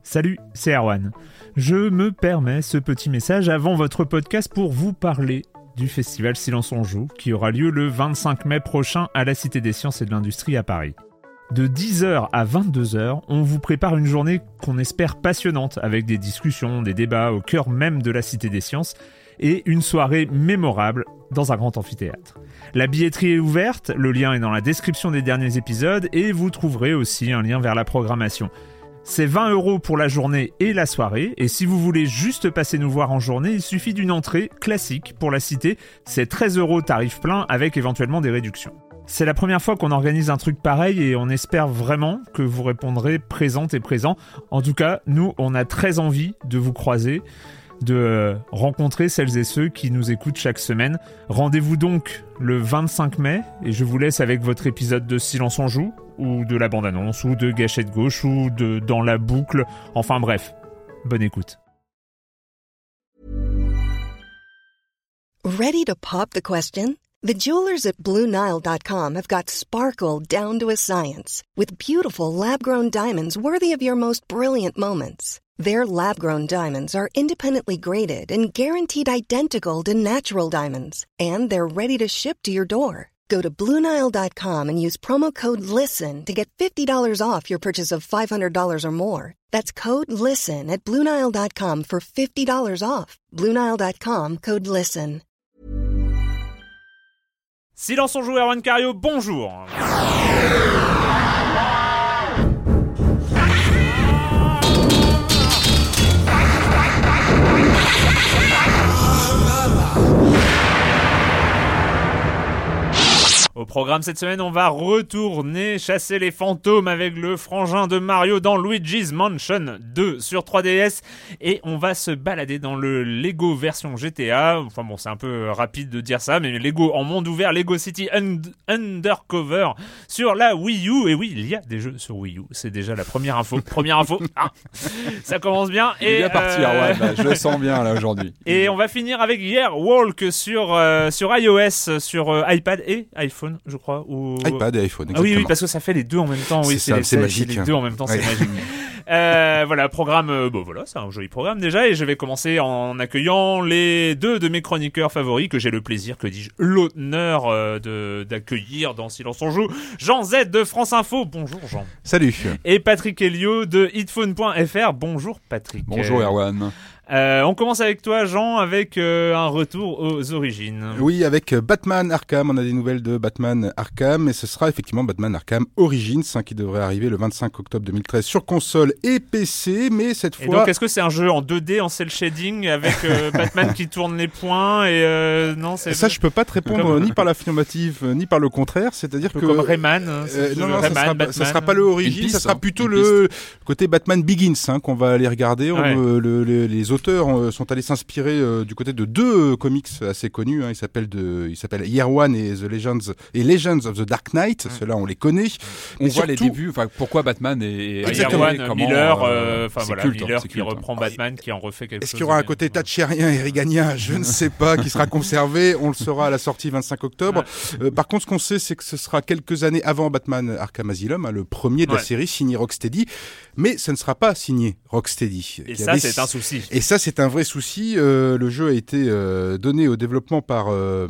Salut, c'est Erwan. Je me permets ce petit message avant votre podcast pour vous parler du festival Silence on Joue qui aura lieu le 25 mai prochain à la Cité des Sciences et de l'Industrie à Paris. De 10h à 22h, on vous prépare une journée qu'on espère passionnante avec des discussions, des débats au cœur même de la Cité des Sciences et une soirée mémorable dans un grand amphithéâtre. La billetterie est ouverte, le lien est dans la description des derniers épisodes et vous trouverez aussi un lien vers la programmation. C'est 20 € pour la journée et la soirée, et si vous voulez juste passer nous voir en journée, il suffit d'une entrée classique pour la Cité, c'est 13 € tarif plein avec éventuellement des réductions. C'est la première fois qu'on organise un truc pareil et on espère vraiment que vous répondrez présentes et présents. En tout cas, nous, on a très envie de vous croiser, de rencontrer celles et ceux qui nous écoutent chaque semaine. Rendez-vous donc le 25 mai et je vous laisse avec votre épisode de Silence on Joue, ou de la bande-annonce, ou de Gâchette Gauche, ou de Dans la boucle. Enfin bref, bonne écoute. Ready to pop the question? The jewelers at BlueNile.com have got sparkle down to a science with beautiful lab-grown diamonds worthy of your most brilliant moments. Their lab-grown diamonds are independently graded and guaranteed identical to natural diamonds, and they're ready to ship to your door. Go to BlueNile.com and use promo code LISTEN to get $50 off your purchase of $500 or more. That's code LISTEN at BlueNile.com for $50 off. BlueNile.com, code LISTEN. Silence on Joue, Erwan Cario, bonjour. Au programme cette semaine, on va retourner chasser les fantômes avec le frangin de Mario dans Luigi's Mansion 2 sur 3DS et on va se balader dans le Lego version GTA. Enfin bon, c'est un peu rapide de dire ça, mais Lego en monde ouvert, Lego City Undercover sur la Wii U. Et oui, il y a des jeux sur Wii U, c'est déjà la première info. Ah, ça commence bien. Il est bien parti, ouais, je le sens bien là aujourd'hui. Et on va finir avec Walk sur iOS, sur iPad et iPhone, je crois, ou iPad et iPhone. Exactement. Oui, parce que ça fait les deux en même temps. Oui, c'est magique. Les deux en même temps, c'est magique. Voilà, programme. Voilà, c'est un joli programme déjà, et je vais commencer en accueillant les deux de mes chroniqueurs favoris que j'ai le plaisir, que dis-je, l'honneur d'accueillir dans Silence on Joue. Jean Z de France Info. Bonjour Jean. Salut. Et Patrick Helio de hitphone.fr. Bonjour Patrick. Bonjour Erwan. On commence avec toi Jean, avec un retour aux origines. Oui, avec Batman Arkham, on a des nouvelles de Batman Arkham et ce sera effectivement Batman Arkham Origins qui devrait arriver le 25 octobre 2013 sur console et PC, mais cette fois... Et donc est-ce que c'est un jeu en 2D en cel shading avec Batman qui tourne les poings et non, c'est... Ça je peux pas te répondre ni par l'affirmative ni par le contraire, c'est-à-dire que... Comme Rayman. Non, ça sera pas le Origins, ça sera plutôt le côté Batman Begins qu'on va aller regarder. Ouais. Les auteurs sont allés s'inspirer du côté de deux comics assez connus. Ils s'appellent Year One et Legends of the Dark Knight. Ceux-là, on les connaît. On voit les débuts. Enfin, pourquoi Batman et Year One, Miller, Miller qui reprend Batman, qui en refait quelque chose. Est-ce qu'il y aura un côté thatchérien et reaganien? Je ne sais pas, qui sera conservé. On le saura à la sortie 25 octobre. Par contre, ce qu'on sait, c'est que ce sera quelques années avant Batman Arkham Asylum, le premier de la série, signé Rocksteady. Mais ce ne sera pas signé Rocksteady. Et ça, c'est un souci. Et ça, c'est un vrai souci. Le jeu a été donné au développement par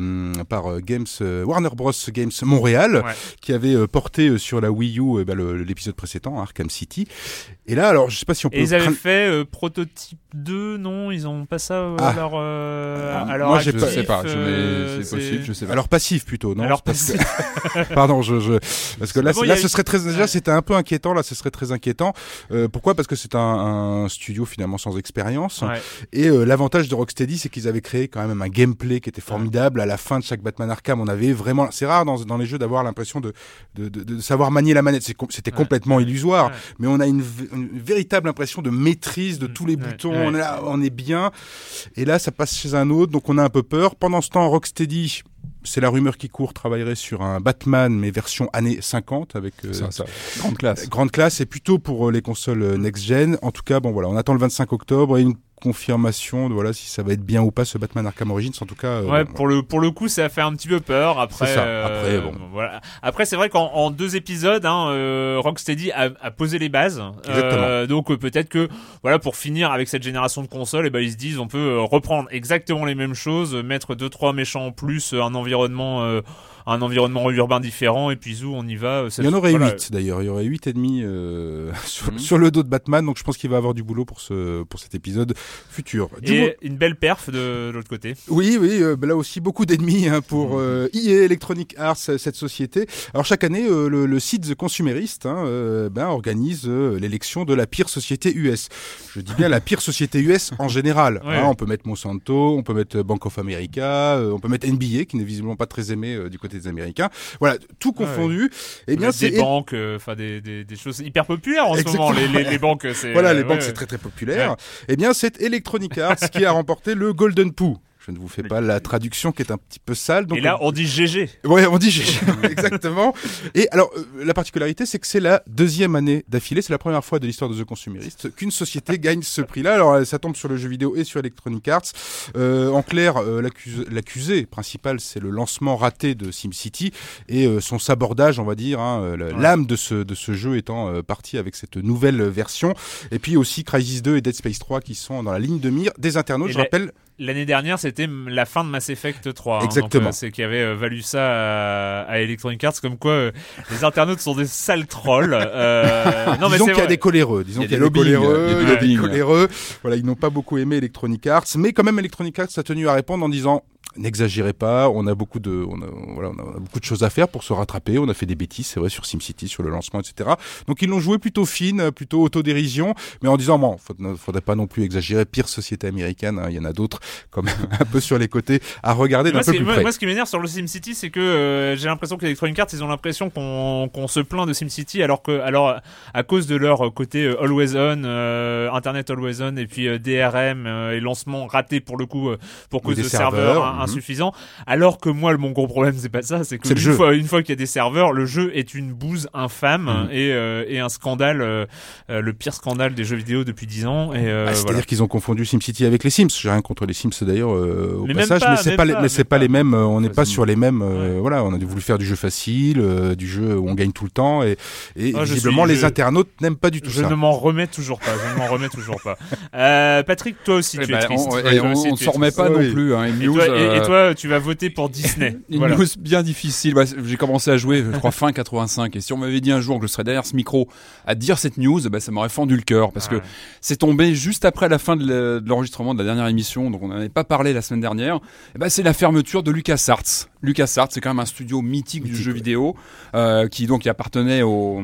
Warner Bros Games Montréal, qui avait porté sur la Wii U l'épisode précédent, Arkham City. Et là, alors, je sais pas si on peut... Et ils avaient fait Prototype 2, non? Ils ont pas ça alors moi, je sais pas. C'est possible, je sais pas. Alors passif plutôt, non? Alors passif. Pardon, parce que là, ce serait très... Déjà, c'était un peu inquiétant. Là, ce serait très inquiétant. Pourquoi? Parce que c'est un studio finalement sans expérience. Et l'avantage de Rocksteady, c'est qu'ils avaient créé quand même un gameplay qui était formidable. À la fin de chaque Batman Arkham, on avait vraiment... C'est rare dans les jeux d'avoir l'impression de savoir manier la manette. C'était complètement illusoire. Mais on a une véritable impression de maîtrise de tous les boutons. On est bien. Et là, ça passe chez un autre, donc on a un peu peur. Pendant ce temps, Rocksteady... C'est la rumeur qui court, travaillerait sur un Batman, mais version années 50, avec grande classe et plutôt pour les consoles next-gen. En tout cas, on attend le 25 octobre et une confirmation de voilà si ça va être bien ou pas ce Batman Arkham Origins. En tout cas, pour le coup, ça a fait un petit peu peur. Après, voilà. Après, c'est vrai qu'en 2 épisodes, Rocksteady a posé les bases. Donc peut-être que voilà, pour finir avec cette génération de consoles, ils se disent on peut reprendre exactement les mêmes choses, mettre 2-3 méchants en plus, un environnement urbain différent, et puis on y va. Il y en aurait 8 d'ailleurs, il y aurait 8 ennemis sur le dos de Batman, donc je pense qu'il va avoir du boulot pour cet épisode futur. Une belle perf de l'autre côté. Oui, là aussi beaucoup d'ennemis pour EA Electronic Arts, cette société. Alors chaque année, le site The Consumerist organise l'élection de la pire société US. Je dis bien la pire société US en général. Ouais. On peut mettre Monsanto, on peut mettre Bank of America, on peut mettre NBA, qui n'est visiblement pas très aimé du côté des Américains. Voilà, tout confondu. Et bien c'est des banques, des choses hyper populaires en ce moment. Les banques, c'est les banques, c'est très très populaire. Ouais. Et bien c'est Electronic Arts qui a remporté le Golden Poo. Je ne vous fais pas la traduction qui est un petit peu sale. Donc et là, on dit GG. Ouais, on dit GG, exactement. Et alors, la particularité, c'est que c'est la 2e année d'affilée. C'est la première fois de l'histoire de The Consumerist qu'une société gagne ce prix-là. Alors, ça tombe sur le jeu vidéo et sur Electronic Arts. En clair, l'accusé principal, c'est le lancement raté de SimCity et son sabordage, on va dire, l'âme de ce jeu étant partie avec cette nouvelle version. Et puis aussi Crysis 2 et Dead Space 3 qui sont dans la ligne de mire des internautes. Je rappelle. L'année dernière, c'était la fin de Mass Effect 3. Exactement. Donc, c'est qui avait valu ça à Electronic Arts, comme quoi les internautes sont des sales trolls. Disons qu'il y a des coléreux. Disons qu'il y a des coléreux. Voilà, ils n'ont pas beaucoup aimé Electronic Arts, mais quand même Electronic Arts a tenu à répondre en disant n'exagérez pas, on a beaucoup de choses à faire pour se rattraper. On a fait des bêtises, c'est vrai, sur SimCity, sur le lancement, etc. Donc ils l'ont joué plutôt fine, plutôt autodérision, mais en disant faudrait pas non plus exagérer. Pire société américaine, il y en a d'autres, comme un peu sur les côtés à regarder d'un peu plus près. Moi, ce qui m'énerve sur le SimCity, c'est que j'ai l'impression qu'Electronic Arts, ils ont l'impression qu'on se plaint de SimCity, alors à cause de leur côté Always On, Internet Always On, et puis DRM et lancement raté pour le coup pour cause de serveurs insuffisant, alors que moi mon gros problème c'est pas ça, c'est que une fois qu'il y a des serveurs, le jeu est une bouse infâme et un scandale, le pire scandale des jeux vidéo depuis 10 ans. C'est-à-dire qu'ils ont confondu SimCity avec les Sims. J'ai rien contre les Sims d'ailleurs au passage, mais c'est pas les mêmes. On n'est pas sur les mêmes. Voilà, on a voulu faire du jeu facile, du jeu où on gagne tout le temps, et visiblement les internautes n'aiment pas du tout ça. Je ne m'en remets toujours pas. Patrick, toi aussi tu es triste. On s'en remet pas non plus. Et toi, tu vas voter pour Disney. Une news bien difficile. J'ai commencé à jouer, je crois, fin 85. Et si on m'avait dit un jour que je serais derrière ce micro à dire cette news, ça m'aurait fendu le cœur. Parce que c'est tombé juste après la fin de l'enregistrement de la dernière émission. Donc on n'en avait pas parlé la semaine dernière. C'est la fermeture de LucasArts. LucasArts, c'est quand même un studio mythique du jeu vidéo qui appartenait au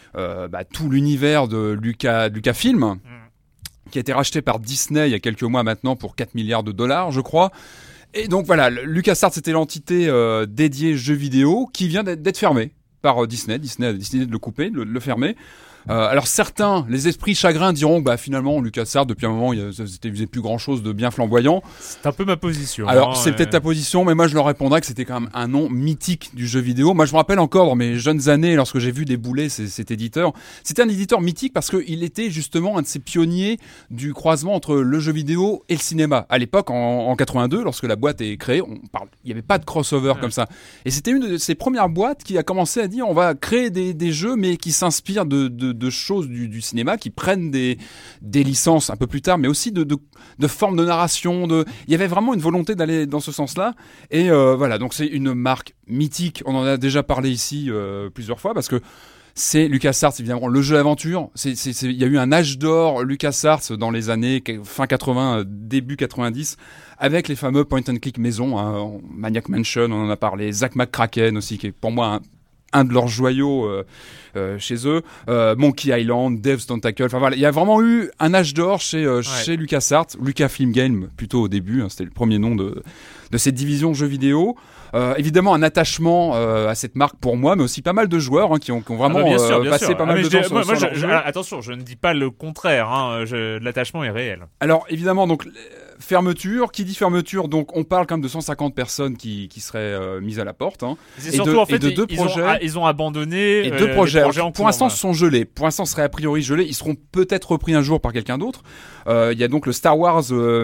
tout l'univers de Lucasfilm. Qui a été racheté par Disney il y a quelques mois maintenant pour 4 milliards de dollars, je crois. Et donc voilà, LucasArts, c'était l'entité dédiée jeux vidéo qui vient d'être fermée par Disney. Disney a décidé de le couper, de le fermer. Alors certains, les esprits chagrins diront finalement LucasArts depuis un moment il faisait plus grand chose de bien flamboyant. C'est un peu ma position. Alors c'est peut-être ta position, mais moi je leur répondrais que c'était quand même un nom mythique du jeu vidéo. Moi je me rappelle encore dans mes jeunes années lorsque j'ai vu débouler cet éditeur. C'était un éditeur mythique parce qu'il était justement un de ces pionniers du croisement entre le jeu vidéo et le cinéma. À l'époque en 82, lorsque la boîte est créée, il n'y avait pas de crossover comme ça. Et c'était une de ces premières boîtes qui a commencé à dire on va créer des jeux mais qui s'inspirent de choses du cinéma, qui prennent des licences un peu plus tard, mais aussi de formes de narration. Il y avait vraiment une volonté d'aller dans ce sens-là. Et voilà, donc c'est une marque mythique. On en a déjà parlé ici plusieurs fois parce que c'est LucasArts, évidemment, le jeu d'aventure. Il y a eu un âge d'or LucasArts dans les années fin 80, début 90, avec les fameux point and click maison, Maniac Mansion, on en a parlé, Zack McCracken aussi, qui est pour moi un de leurs joyaux chez eux, Monkey Island, Dave's Tentacle, enfin voilà, il y a vraiment eu un âge d'or chez LucasArts, Lucasfilm Games plutôt au début, c'était le premier nom de cette division jeux vidéo. Évidemment un attachement à cette marque pour moi, mais aussi pas mal de joueurs qui ont vraiment passé pas mal de temps sur le jeu. Attention, je ne dis pas le contraire, l'attachement est réel. Alors évidemment, donc fermeture. Qui dit fermeture, donc on parle quand même de 150 personnes qui seraient mises à la porte. Hein. C'est surtout en fait, ils ont abandonné. Et 2 projets. Pour l'instant, ce sont gelés. Pour l'instant, seraient a priori gelés. Ils seront peut-être repris un jour par quelqu'un d'autre. Il y a donc le Star Wars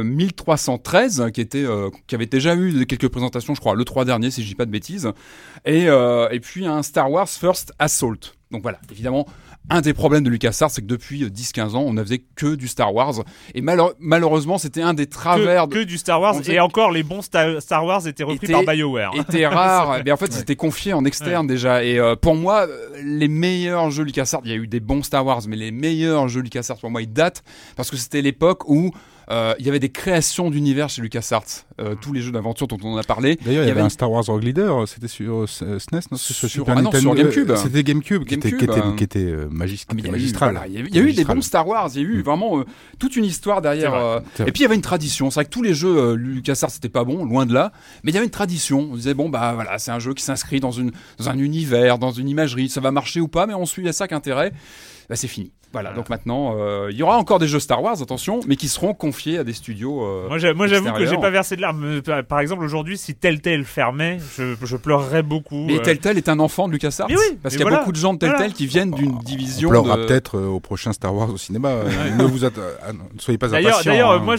1313 qui avait déjà eu quelques présentations, je crois, le 3 dernier, si je dis pas de bêtises. Et puis un Star Wars First Assault. Donc voilà, évidemment, un des problèmes de LucasArts, c'est que depuis 10-15 ans, on ne faisait que du Star Wars. Et malheureusement, c'était un des travers... Que du Star Wars, et encore, les bons Star Wars étaient repris par BioWare. Étaient rares, mais en fait, c'était confié en externe déjà. Et pour moi, les meilleurs jeux LucasArts, il y a eu des bons Star Wars, mais les meilleurs jeux LucasArts, pour moi, ils datent, parce que c'était l'époque où... il y avait des créations d'univers chez LucasArts, tous les jeux d'aventure dont on a parlé. D'ailleurs, il y avait un Star Wars Rogue Leader, c'était sur SNES, non, sur Super Nintendo, sur GameCube. C'était GameCube qui était magistral. Voilà, il y a eu des bons Star Wars, il y a eu vraiment toute une histoire derrière. Et puis il y avait une tradition. C'est vrai que tous les jeux LucasArts c'était pas bon, loin de là, mais il y avait une tradition. On disait bon bah voilà, c'est un jeu qui s'inscrit dans un univers, dans une imagerie, ça va marcher ou pas, mais on suit à ça qu'intérêt. Bah, c'est fini. Voilà, donc maintenant, il y aura encore des jeux Star Wars, attention, mais qui seront confiés à des studios. Moi, j'avoue que j'ai pas versé de larmes. Par exemple, aujourd'hui, si Telltale fermait, je pleurerais beaucoup. Mais Telltale est un enfant de LucasArts. Mais oui, parce qu'il y a beaucoup de gens de Telltale qui viennent d'une division. On pleurera peut-être au prochain Star Wars au cinéma. Ne soyez pas impatients. D'ailleurs, moi,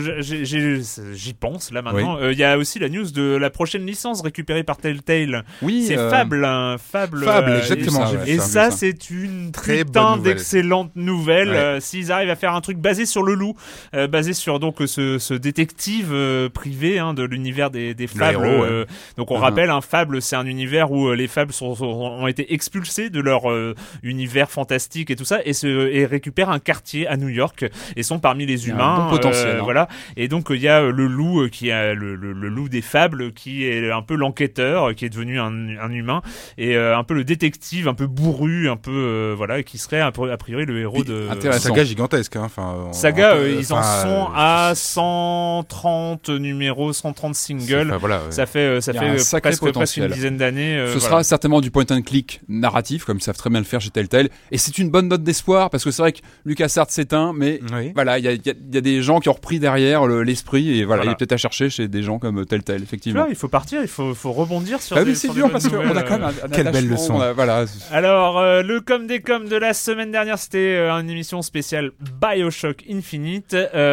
j'y pense là maintenant. Il y a aussi la news de la prochaine licence récupérée par Telltale. Oui, c'est Fable. Fable, exactement. Et ça, c'est une très bonne d'excellente nouvelle. S'ils arrivent à faire un truc basé sur le loup, basé sur donc ce détective privé de l'univers des fables. Donc on rappelle, Fable, c'est un univers où les fables ont été expulsés de leur univers fantastique et tout ça, et récupèrent un quartier à New York et sont parmi les humains. Un bon potentiel. Voilà. Et donc il y a le loup qui est le loup des fables, qui est un peu l'enquêteur, qui est devenu un humain, et un peu le détective, un peu bourru, un peu qui serait a priori le héros de saga gigantesque. Saga, ils en sont à 130 numéros, 130 singles. Ça fait presque une dizaine d'années. Ce sera certainement du point and click narratif, comme ils savent très bien le faire chez Telltale. Et c'est une bonne note d'espoir, parce que c'est vrai que LucasArts s'éteint, mais voilà, il y a des gens qui ont repris derrière l'esprit, et voilà, il est peut-être à chercher chez des gens comme Telltale, effectivement. Il faut partir, il faut rebondir sur. Mais c'est dur parce qu'on a quand même un quelle belle leçon. Voilà. Alors, le com des com de la semaine dernière, c'était une émission spéciale BioShock Infinite.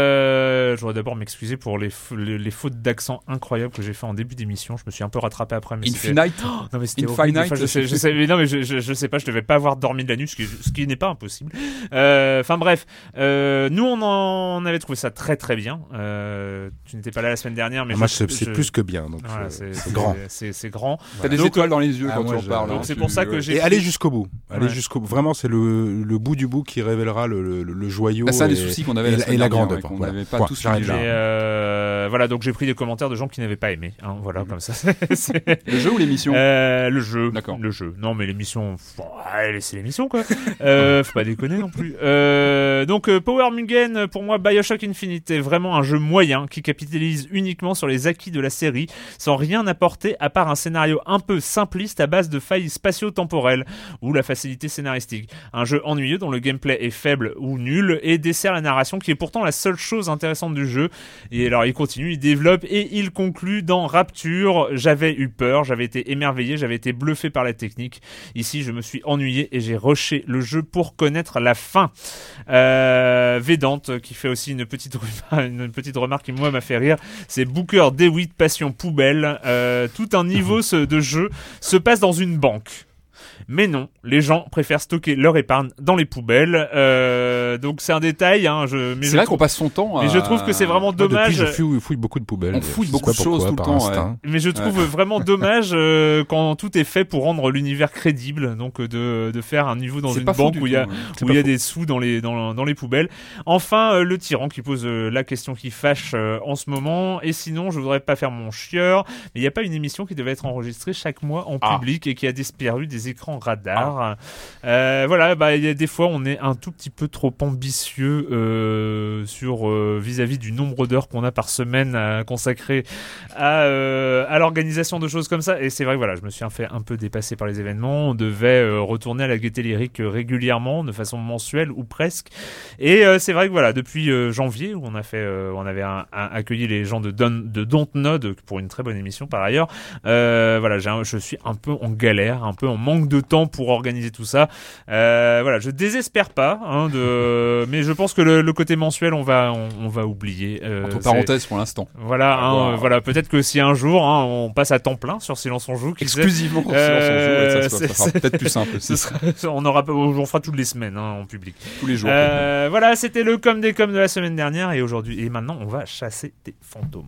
Je voudrais d'abord m'excuser pour les fautes d'accent incroyables que j'ai fait en début d'émission. Je me suis un peu rattrapé après. Mais Infinite. Non mais c'était horrible. Enfin, je sais pas. Je devais pas avoir dormi de la nuit, ce qui n'est pas impossible. Enfin bref, nous on avait trouvé ça très très bien. Tu n'étais pas là la semaine dernière, mais moi c'est plus que bien. Donc voilà, c'est grand. C'est grand. T'as des étoiles dans les yeux quand tu en parles. Donc c'est pour ça que j'ai. Et allez jusqu'au bout. Allez jusqu'au bout. Vraiment, c'est le bout du bout qui révélera le joyau. C'est un des soucis qu'on avait et la grande œuvre. On n'avait pas tous suivi. Voilà, donc j'ai pris des commentaires de gens qui n'avaient pas aimé. Voilà, comme ça. Le jeu ou l'émission? Le jeu. D'accord. Le jeu. Non, mais l'émission. C'est l'émission, quoi. Faut pas déconner non plus. Donc Power Mugen, pour moi, BioShock Infinite est vraiment un jeu moyen qui capitalise uniquement sur les acquis de la série, sans rien apporter à part un scénario un peu simpliste à base de failles spatio-temporelles ou la facilité scénaristique. Un jeu ennuyeux dont le gameplay est faible ou nul et dessert la narration qui est pourtant la seule chose intéressante du jeu. Et alors il continue, il développe et il conclut dans Rapture. J'avais eu peur, j'avais été émerveillé, j'avais été bluffé par la technique. Ici je me suis ennuyé et j'ai rushé le jeu pour connaître la fin. Vedante qui fait aussi une petite remarque qui moi m'a fait rire, c'est Booker DeWitt passion poubelle. Tout un niveau de jeu se passe dans une banque. Mais non, les gens préfèrent stocker leur épargne dans les poubelles. Donc c'est un détail. C'est vrai qu'on passe son temps. Mais je trouve que c'est vraiment dommage. Depuis, je fouille beaucoup de poubelles. On fouille beaucoup de choses tout le temps. Ouais. Mais je trouve vraiment dommage quand tout est fait pour rendre l'univers crédible. Donc de faire un niveau dans une banque où il y a des sous dans les poubelles. Enfin, le tyran qui pose la question qui fâche en ce moment. Et sinon, je voudrais pas faire mon chieur, mais il n'y a pas une émission qui devait être enregistrée chaque mois en public et qui a disparu des écrans sans radar. Voilà, il y a des fois on est un tout petit peu trop ambitieux sur vis-à-vis du nombre d'heures qu'on a par semaine à consacrer à l'organisation de choses comme ça. Et c'est vrai que voilà, je me suis fait un peu dépasser par les événements. On devait retourner à la Gaîté Lyrique régulièrement, de façon mensuelle ou presque. Et c'est vrai que voilà, depuis janvier où on avait accueilli les gens de Dontnod pour une très bonne émission par ailleurs. Voilà, je suis un peu en galère, un peu en manque de temps pour organiser tout ça. Voilà, je désespère pas, mais je pense que le côté mensuel, on va oublier. Entre parenthèses pour l'instant. Voilà, voilà, peut-être que si un jour on passe à temps plein sur Silence on joue, exclusivement sur Silence on joue, et ça sera peut-être plus simple. On fera toutes les semaines en public. Tous les jours. Voilà, c'était le com des coms de la semaine dernière et maintenant on va chasser des fantômes.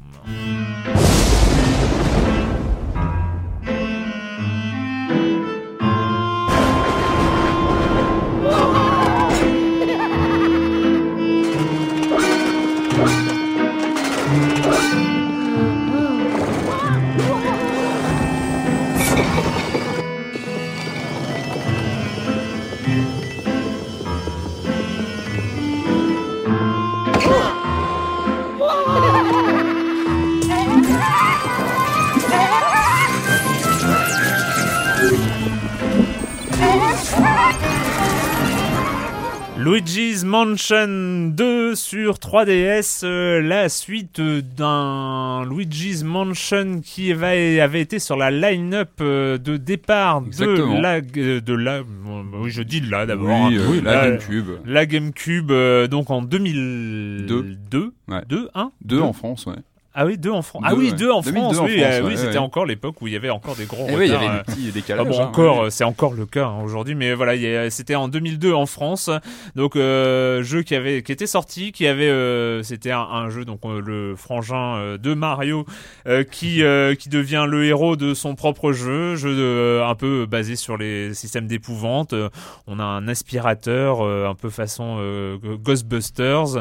Luigi's Mansion 2 sur 3DS, la suite d'un Luigi's Mansion qui avait été sur la line-up de départ de la oui, je dis là d'abord. Oui, la GameCube. La GameCube, donc en 2002. Ouais. 2 en France, ouais. Ah oui, 2 en France. Ah oui, 2 en France. Oui, c'était encore l'époque où il y avait encore des gros retards. Oui, il y avait des petits décalages. C'est encore le cas aujourd'hui, mais voilà, c'était en 2002 en France. Donc jeu qui était sorti, c'était un jeu donc le frangin de Mario qui devient le héros de son propre jeu un peu basé sur les systèmes d'épouvante. On a un aspirateur un peu façon Ghostbusters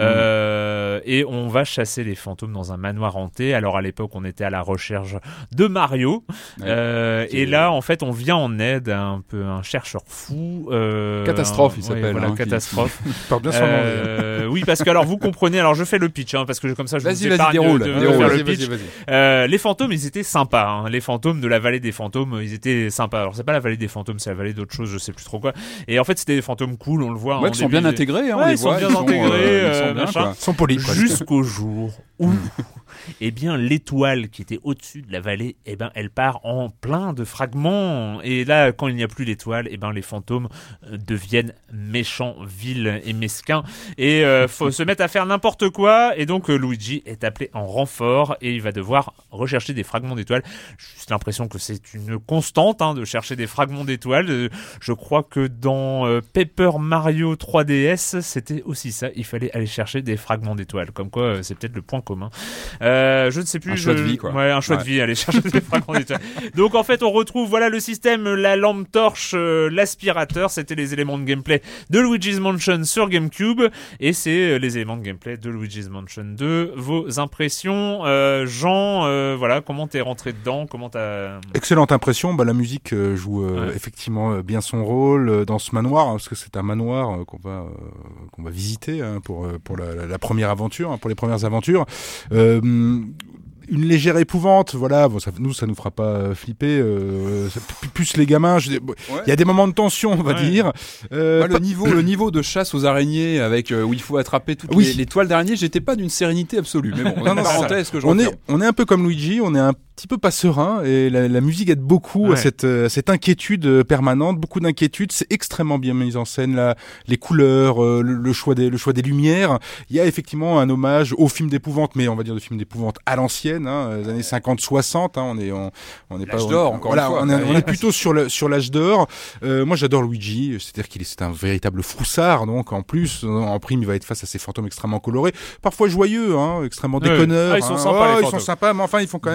et on va chasser les fantômes dans un manoir hanté. Alors à l'époque on était à la recherche de Mario et là en fait on vient en aide à un chercheur fou Catastrophe il s'appelle voilà, Catastrophe parle bien son nom oui parce que alors vous comprenez, alors je fais le pitch parce que comme ça je vous épargne de faire le pitch. Les fantômes ils étaient sympas les fantômes de la vallée des fantômes ils étaient sympas. Alors c'est pas la vallée des fantômes, c'est la vallée d'autre chose, je sais plus trop quoi, et en fait c'était des fantômes cool, on le voit qui sont bien intégrés ils sont bien intégrés, ils sont polis jusqu'au jour où eh bien l'étoile qui était au-dessus de la vallée, eh ben elle part en plein de fragments, et là quand il n'y a plus l'étoile, eh ben les fantômes deviennent méchants, vils et mesquins, et faut se mettre à faire n'importe quoi, et donc Luigi est appelé en renfort et il va devoir rechercher des fragments d'étoiles. J'ai l'impression que c'est une constante de chercher des fragments d'étoiles. Je crois que dans Paper Mario 3DS c'était aussi ça, il fallait aller chercher des fragments d'étoiles, comme quoi c'est peut-être le point commun. Je ne sais plus. Un choix de vie, quoi. Ouais, un choix de vie, aller chercher des fragments d'étoiles. Donc, en fait, on retrouve, voilà, le système, la lampe torche, l'aspirateur. C'était les éléments de gameplay de Luigi's Mansion sur GameCube. Et c'est les éléments de gameplay de Luigi's Mansion 2. Vos impressions, Jean, voilà, comment t'es rentré dedans? Comment t'as... Excellente impression. La musique joue effectivement bien son rôle dans ce manoir, parce que c'est un manoir qu'on va visiter pour la première aventure, pour les premières aventures. Une légère épouvante, voilà. Bon, ça nous fera pas flipper. Plus les gamins. Il y a des moments de tension, on va dire. Le niveau de chasse aux araignées avec où il faut attraper toutes les toiles d'araignées, j'étais pas d'une sérénité absolue. Mais bon, parenthèse que je on est un peu comme Luigi, on est un petit peu pas serein, et la musique aide beaucoup à cette inquiétude permanente, beaucoup d'inquiétude. C'est extrêmement bien mis en scène, les couleurs, le choix des lumières. Il y a effectivement un hommage au film d'épouvante, mais on va dire de film d'épouvante à l'ancienne, les années 50-60. On est pas l'âge d'or, encore une fois. On est plutôt sur l'âge d'or. Moi, j'adore Luigi, c'est-à-dire c'est un véritable froussard. Donc en plus, en prime, il va être face à ces fantômes extrêmement colorés, parfois joyeux, extrêmement déconneurs. Ils sont sympas, les fantômes. Ils sont sympas, mais enfin, ils font quand même. Moi, franchement,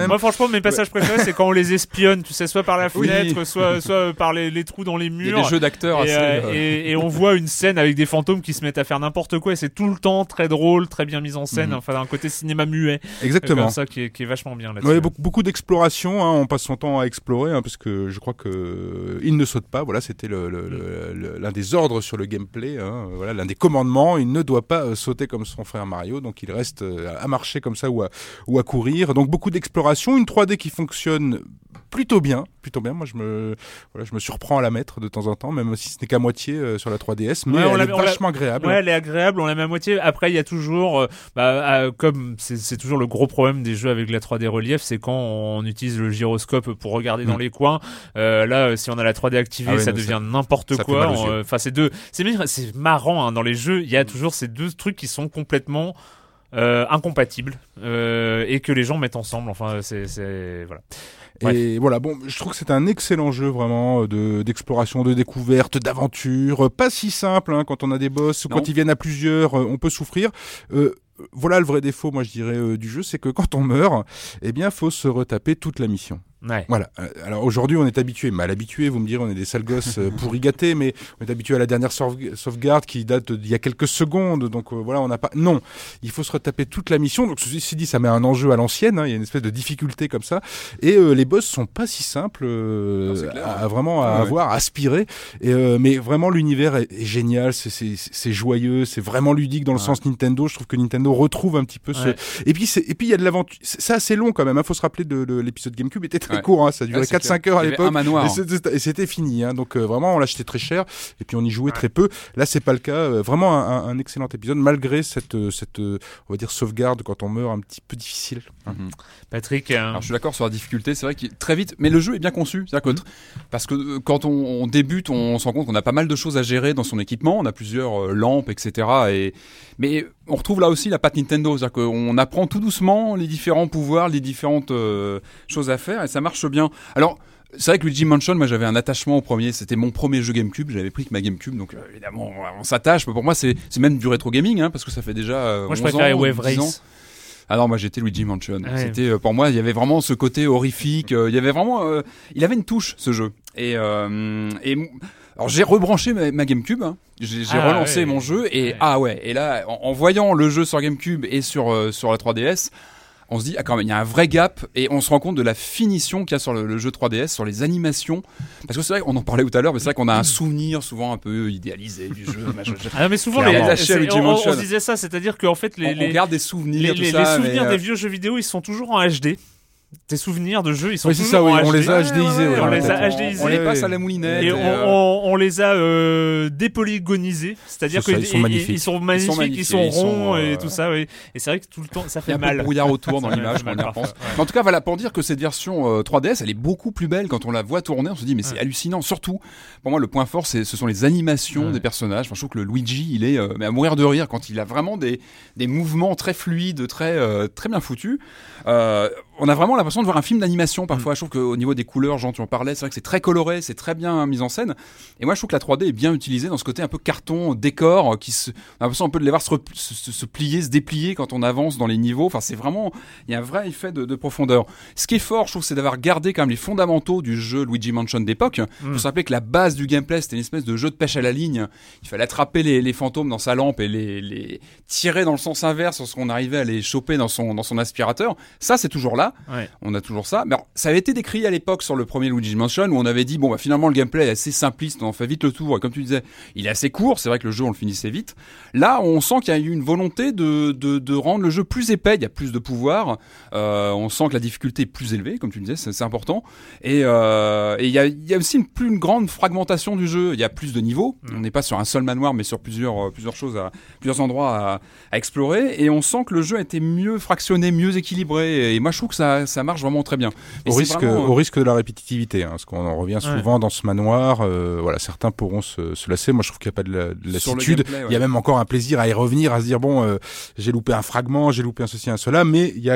mes passages préférés, c'est quand on les espionne, tu sais, soit par la fenêtre, soit par les trous dans les murs. Il y a des jeux d'acteurs et on voit une scène avec des fantômes qui se mettent à faire n'importe quoi, et c'est tout le temps très drôle, très bien mis en scène, enfin un côté cinéma muet. Exactement. Comme ça qui est vachement bien là-dessus. Ouais, beaucoup d'exploration, hein, on passe son temps à explorer, hein, parce que je crois que il ne saute pas, voilà, c'était l'un des ordres sur le gameplay, hein, voilà, l'un des commandements, il ne doit pas sauter comme son frère Mario, donc il reste à marcher comme ça ou à courir. Donc beaucoup d'exploration, une 3D qui fonctionne plutôt bien. Moi je me surprends à la mettre de temps en temps, même si ce n'est qu'à moitié sur la 3DS, mais elle est vachement agréable. Ouais, elle est agréable, on la met à moitié. Après il y a toujours comme c'est toujours le gros problème des jeux avec la 3D relief, c'est quand on utilise le gyroscope pour regarder dans les coins. Là si on a la 3D activée, ça devient n'importe quoi. Enfin c'est marrant, hein, dans les jeux, il y a toujours ces deux trucs qui sont complètement incompatibles et que les gens mettent ensemble. Enfin c'est voilà. Et voilà, bon, je trouve que c'est un excellent jeu vraiment d'exploration, de découverte, d'aventure, pas si simple, hein, quand on a des boss, quand ils viennent à plusieurs, on peut souffrir. Voilà le vrai défaut, moi je dirais, du jeu, c'est que quand on meurt, eh bien, faut se retaper toute la mission. Ouais. Voilà. Alors aujourd'hui, on est habitué, mal habitué, vous me direz, on est des sales gosses pourri gâtés, mais on est habitué à la dernière sauvegarde qui date d'il y a quelques secondes, donc voilà, on n'a pas. Non, il faut se retaper toute la mission. Donc ceci dit, ça met un enjeu à l'ancienne, hein, il y a une espèce de difficulté comme ça, et les boss sont pas si simples à avoir, à aspirer. Et mais vraiment, l'univers est génial, c'est joyeux, c'est vraiment ludique dans le sens Nintendo. Je trouve que Nintendo retrouve un petit peu ce. Et puis il y a de l'aventure. C'est assez long quand même. Il faut se rappeler de l'épisode GameCube était très court, hein, ça durait 4-5 heures à l'époque, et c'était fini, hein, donc vraiment on l'achetait très cher et puis on y jouait très peu. Là c'est pas le cas, vraiment un excellent épisode malgré cette on va dire sauvegarde quand on meurt un petit peu difficile. Patrick, alors je suis d'accord sur la difficulté, c'est vrai qu'il très vite, mais le jeu est bien conçu, c'est-à-dire que parce que quand on débute, on se rend compte qu'on a pas mal de choses à gérer dans son équipement, on a plusieurs lampes, etc. Mais on retrouve là aussi la patte Nintendo, c'est-à-dire qu'on apprend tout doucement les différents pouvoirs, les différentes choses à faire, et ça marche bien. Alors, c'est vrai que Luigi Mansion, moi j'avais un attachement au premier, c'était mon premier jeu GameCube, j'avais pris que ma GameCube, donc évidemment on s'attache, mais pour moi c'est même du rétro gaming, hein, parce que ça fait déjà moi je préférais Wave Race. Ah non, moi j'étais Luigi Mansion. Ouais. C'était pour moi, il y avait vraiment ce côté horrifique, il y avait vraiment il avait une touche ce jeu. Et alors j'ai rebranché ma GameCube, hein. J'ai relancé mon jeu et et là en voyant le jeu sur GameCube et sur la 3DS, on se dit quand même il y a un vrai gap et on se rend compte de la finition qu'il y a sur le jeu 3DS, sur les animations, parce que c'est vrai qu'on en parlait tout à l'heure, mais c'est vrai qu'on a un souvenir souvent un peu idéalisé du jeu. Mais souvent on disait ça, c'est-à-dire qu'en fait on garde des souvenirs, les souvenirs des vieux jeux vidéo, ils sont toujours en HD. Tes souvenirs de jeux, ils sont toujours en HD. On les a HDisés. On les a HDisés. On les passe à la moulinette. Et on les a dépolygonisés. C'est-à-dire qu'ils sont magnifiques. Ils sont magnifiques, ils sont ronds et tout ça. Oui. Et c'est vrai que tout le temps, ça fait mal. Il y a un peu de brouillard autour dans l'image quand on y repense. En tout cas, voilà, pour dire que cette version 3DS, elle est beaucoup plus belle quand on la voit tourner. On se dit, mais c'est hallucinant. Surtout, pour moi, le point fort, ce sont les animations des personnages. Enfin, je trouve que le Luigi, il est à mourir de rire quand il a vraiment des mouvements très fluides, très bien foutus. On a vraiment l'impression de voir un film d'animation parfois. Je trouve qu'au niveau des couleurs, Jean, tu en parlais, c'est vrai que c'est très coloré, c'est très bien mis en scène. Et moi, je trouve que la 3D est bien utilisée dans ce côté un peu carton, décor, on a l'impression un peu de les voir se plier, se déplier quand on avance dans les niveaux. Enfin, c'est vraiment, il y a un vrai effet de profondeur. Ce qui est fort, je trouve, c'est d'avoir gardé quand même les fondamentaux du jeu Luigi Mansion d'époque. Il faut se rappeler que la base du gameplay, c'était une espèce de jeu de pêche à la ligne. Il fallait attraper les fantômes dans sa lampe et les tirer dans le sens inverse lorsqu'on arrivait à les choper dans son aspirateur. Ça, c'est toujours là. Ouais. On a toujours ça. Mais alors, ça avait été décrit à l'époque sur le premier Luigi Mansion où on avait dit finalement le gameplay est assez simpliste, on en fait vite le tour et comme tu disais, il est assez court, c'est vrai que le jeu on le finissait vite. Là, on sent qu'il y a eu une volonté de rendre le jeu plus épais, il y a plus de pouvoir, on sent que la difficulté est plus élevée, comme tu disais, c'est important. Et il y a aussi une grande fragmentation du jeu, il y a plus de niveaux, on n'est pas sur un seul manoir mais sur plusieurs choses, plusieurs endroits à explorer, et on sent que le jeu a été mieux fractionné, mieux équilibré, et moi je trouve que ça marche vraiment très bien. Au risque de la répétitivité, hein, parce qu'on en revient souvent dans ce manoir. Voilà, certains pourront se lasser. Moi, je trouve qu'il n'y a pas de lassitude. Il y a même encore un plaisir à y revenir, à se dire j'ai loupé un fragment, j'ai loupé un ceci, un cela, mais il y a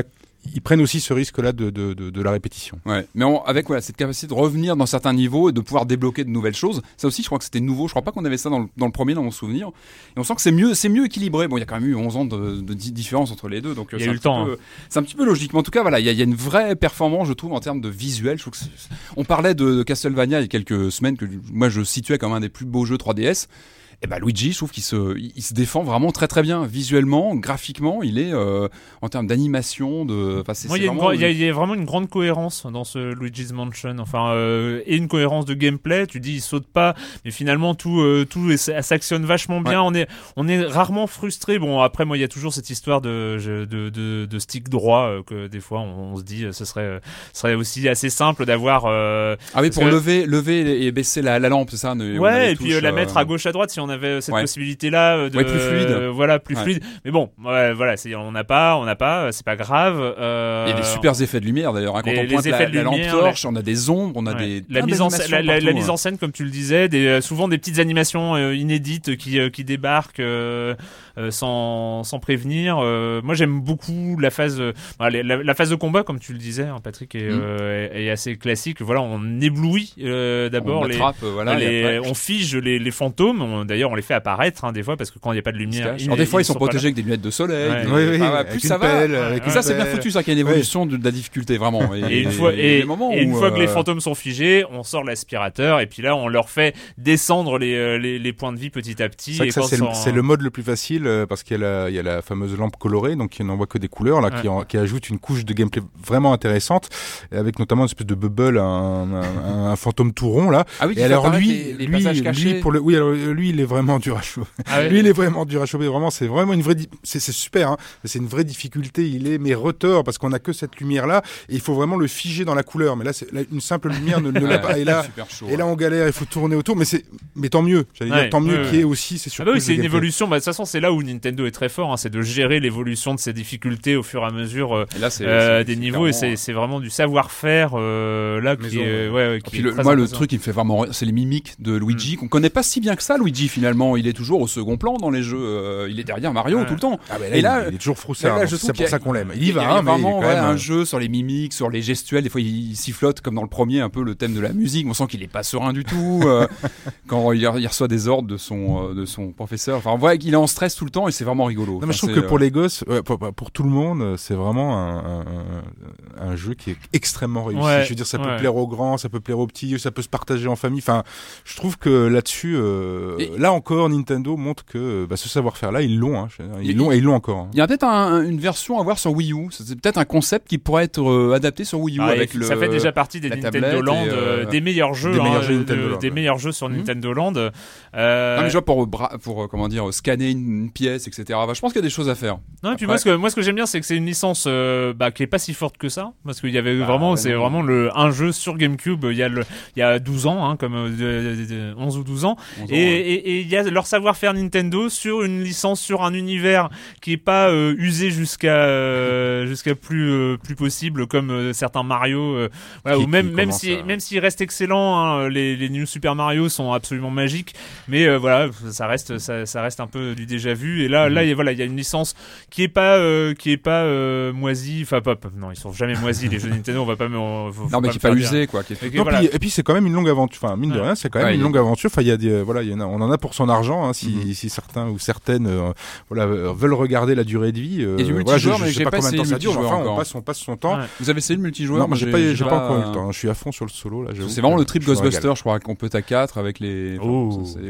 ils prennent aussi ce risque-là de la répétition. Ouais, mais avec cette capacité de revenir dans certains niveaux et de pouvoir débloquer de nouvelles choses. Ça aussi, je crois que c'était nouveau. Je crois pas qu'on avait ça dans le premier, dans mon souvenir. Et on sent que c'est mieux équilibré. Bon, il y a quand même eu 11 ans de différence entre les deux, donc il y a eu le temps. C'est un petit peu logique. Mais en tout cas, voilà, il y a une vraie performance, je trouve, en termes de visuel. Je trouve que on parlait de Castlevania il y a quelques semaines que moi je situais comme un des plus beaux jeux 3DS. Et Luigi, je trouve qu'il se défend vraiment très très bien visuellement, graphiquement. Il est en termes d'animation, il y a vraiment une grande cohérence dans ce Luigi's Mansion. Et une cohérence de gameplay. Tu dis, il saute pas, mais finalement tout s'actionne vachement bien. On est rarement frustré. Bon, après moi, il y a toujours cette histoire de stick droit que des fois on se dit, ce serait aussi assez simple d'avoir. Pour lever et baisser la lampe, c'est ça. Et puis la mettre à gauche à droite si on avait cette possibilité-là de plus fluide. Plus fluide. Mais bon, on n'a pas, c'est pas grave. Il y a des super effets de lumière d'ailleurs. Quand on pointe la lampe torche, on a des ombres, on a la mise en scène, comme tu le disais, souvent des petites animations inédites qui débarquent sans prévenir. Moi, j'aime beaucoup la phase de combat, comme tu le disais, Patrick, est assez classique. Voilà, on éblouit d'abord on fige les fantômes. D'ailleurs, on les fait apparaître des fois parce que quand il n'y a pas de lumière. Alors des fois, ils sont protégés avec des lunettes de soleil. Plus ça va. Et ça, c'est bien foutu, ça, qu'il y a une évolution de la difficulté, vraiment. Et une fois que les fantômes sont figés, on sort l'aspirateur et puis là, on leur fait descendre les points de vie petit à petit. C'est vrai que c'est le mode le plus facile parce qu'il y a la fameuse lampe colorée, donc qui n'envoie que des couleurs là, qui ajoute une couche de gameplay vraiment intéressante, avec notamment une espèce de bubble, un fantôme tout rond là. Ah oui, et alors lui, il est vraiment dur à choper. Lui, il est vraiment dur à choper. Vraiment, c'est vraiment une vraie. C'est super. Hein. C'est une vraie difficulté. Il est retors parce qu'on a que cette lumière là et il faut vraiment le figer dans la couleur. Mais là, une simple lumière ne l'a pas. Et là, on galère. Il faut tourner autour. Mais tant mieux. J'allais dire tant mieux qu'il y ait aussi ces surprises. C'est une évolution. De toute façon, c'est là où Nintendo est très fort. C'est de gérer l'évolution de ces difficultés au fur et à mesure des niveaux. Et c'est vraiment du savoir-faire là qui est. Moi, le truc qui me fait vraiment, c'est les mimiques de Luigi qu'on connaît pas si bien que ça. Luigi, finalement, il est toujours au second plan dans les jeux. Il est derrière Mario tout le temps. Et là, il est toujours froussard. C'est pour ça qu'on l'aime. Il y va, mais vraiment un jeu sur les mimiques, sur les gestuels. Des fois, il sifflote comme dans le premier, un peu le thème de la musique. On sent qu'il est pas serein du tout quand il reçoit des ordres de son professeur. Enfin, on voit qu'il est en stress tout le temps et c'est vraiment rigolo. Non, mais je trouve que pour les gosses, pour tout le monde, c'est vraiment un jeu qui est extrêmement réussi. Je veux dire, ça peut plaire aux grands, ça peut plaire aux petits, ça peut se partager en famille. Enfin, je trouve que là-dessus, là encore, Nintendo montre que ce savoir-faire-là, ils l'ont. Hein. Ils l'ont encore. Hein. Il y a peut-être une version à voir sur Wii U. C'est peut-être un concept qui pourrait être adapté sur Wii U ça fait déjà partie des Nintendo Land, des meilleurs jeux, des meilleurs jeux sur Nintendo Land. Non, mais je vois pour comment dire, scanner une pièce, etc. Je pense qu'il y a des choses à faire. Non, et puis moi, ce que j'aime bien, c'est que c'est une licence qui est pas si forte que ça, parce qu'il y avait c'est vraiment un jeu sur GameCube il y a 12 ans, comme 11 ou 12 ans, et il y a leur savoir-faire Nintendo sur une licence, sur un univers qui est pas usé jusqu'à plus possible, comme certains Mario, ou même s'il reste excellent, les New Super Mario sont absolument magiques, mais ça reste un peu du déjà vu. Et là il y a une licence qui est pas moisie. Enfin, non, ils sont jamais moisis les jeux Nintendo. On va pas. Non, mais qui est pas usé, quoi. Et puis c'est quand même une longue aventure. Enfin, mine de rien, c'est quand même une longue aventure. Enfin, il y a on en a pour son argent. Hein, si certains ou certaines veulent regarder la durée de vie. Il y a du multijoueur, mais je sais pas combien de temps ça dure. Enfin, on passe son temps. Vous avez essayé le multijoueur? Non, moi j'ai pas encore eu le temps. Je suis à fond sur le solo là. C'est vraiment le trip Ghostbusters, je crois, qu'on peut à 4 avec les. On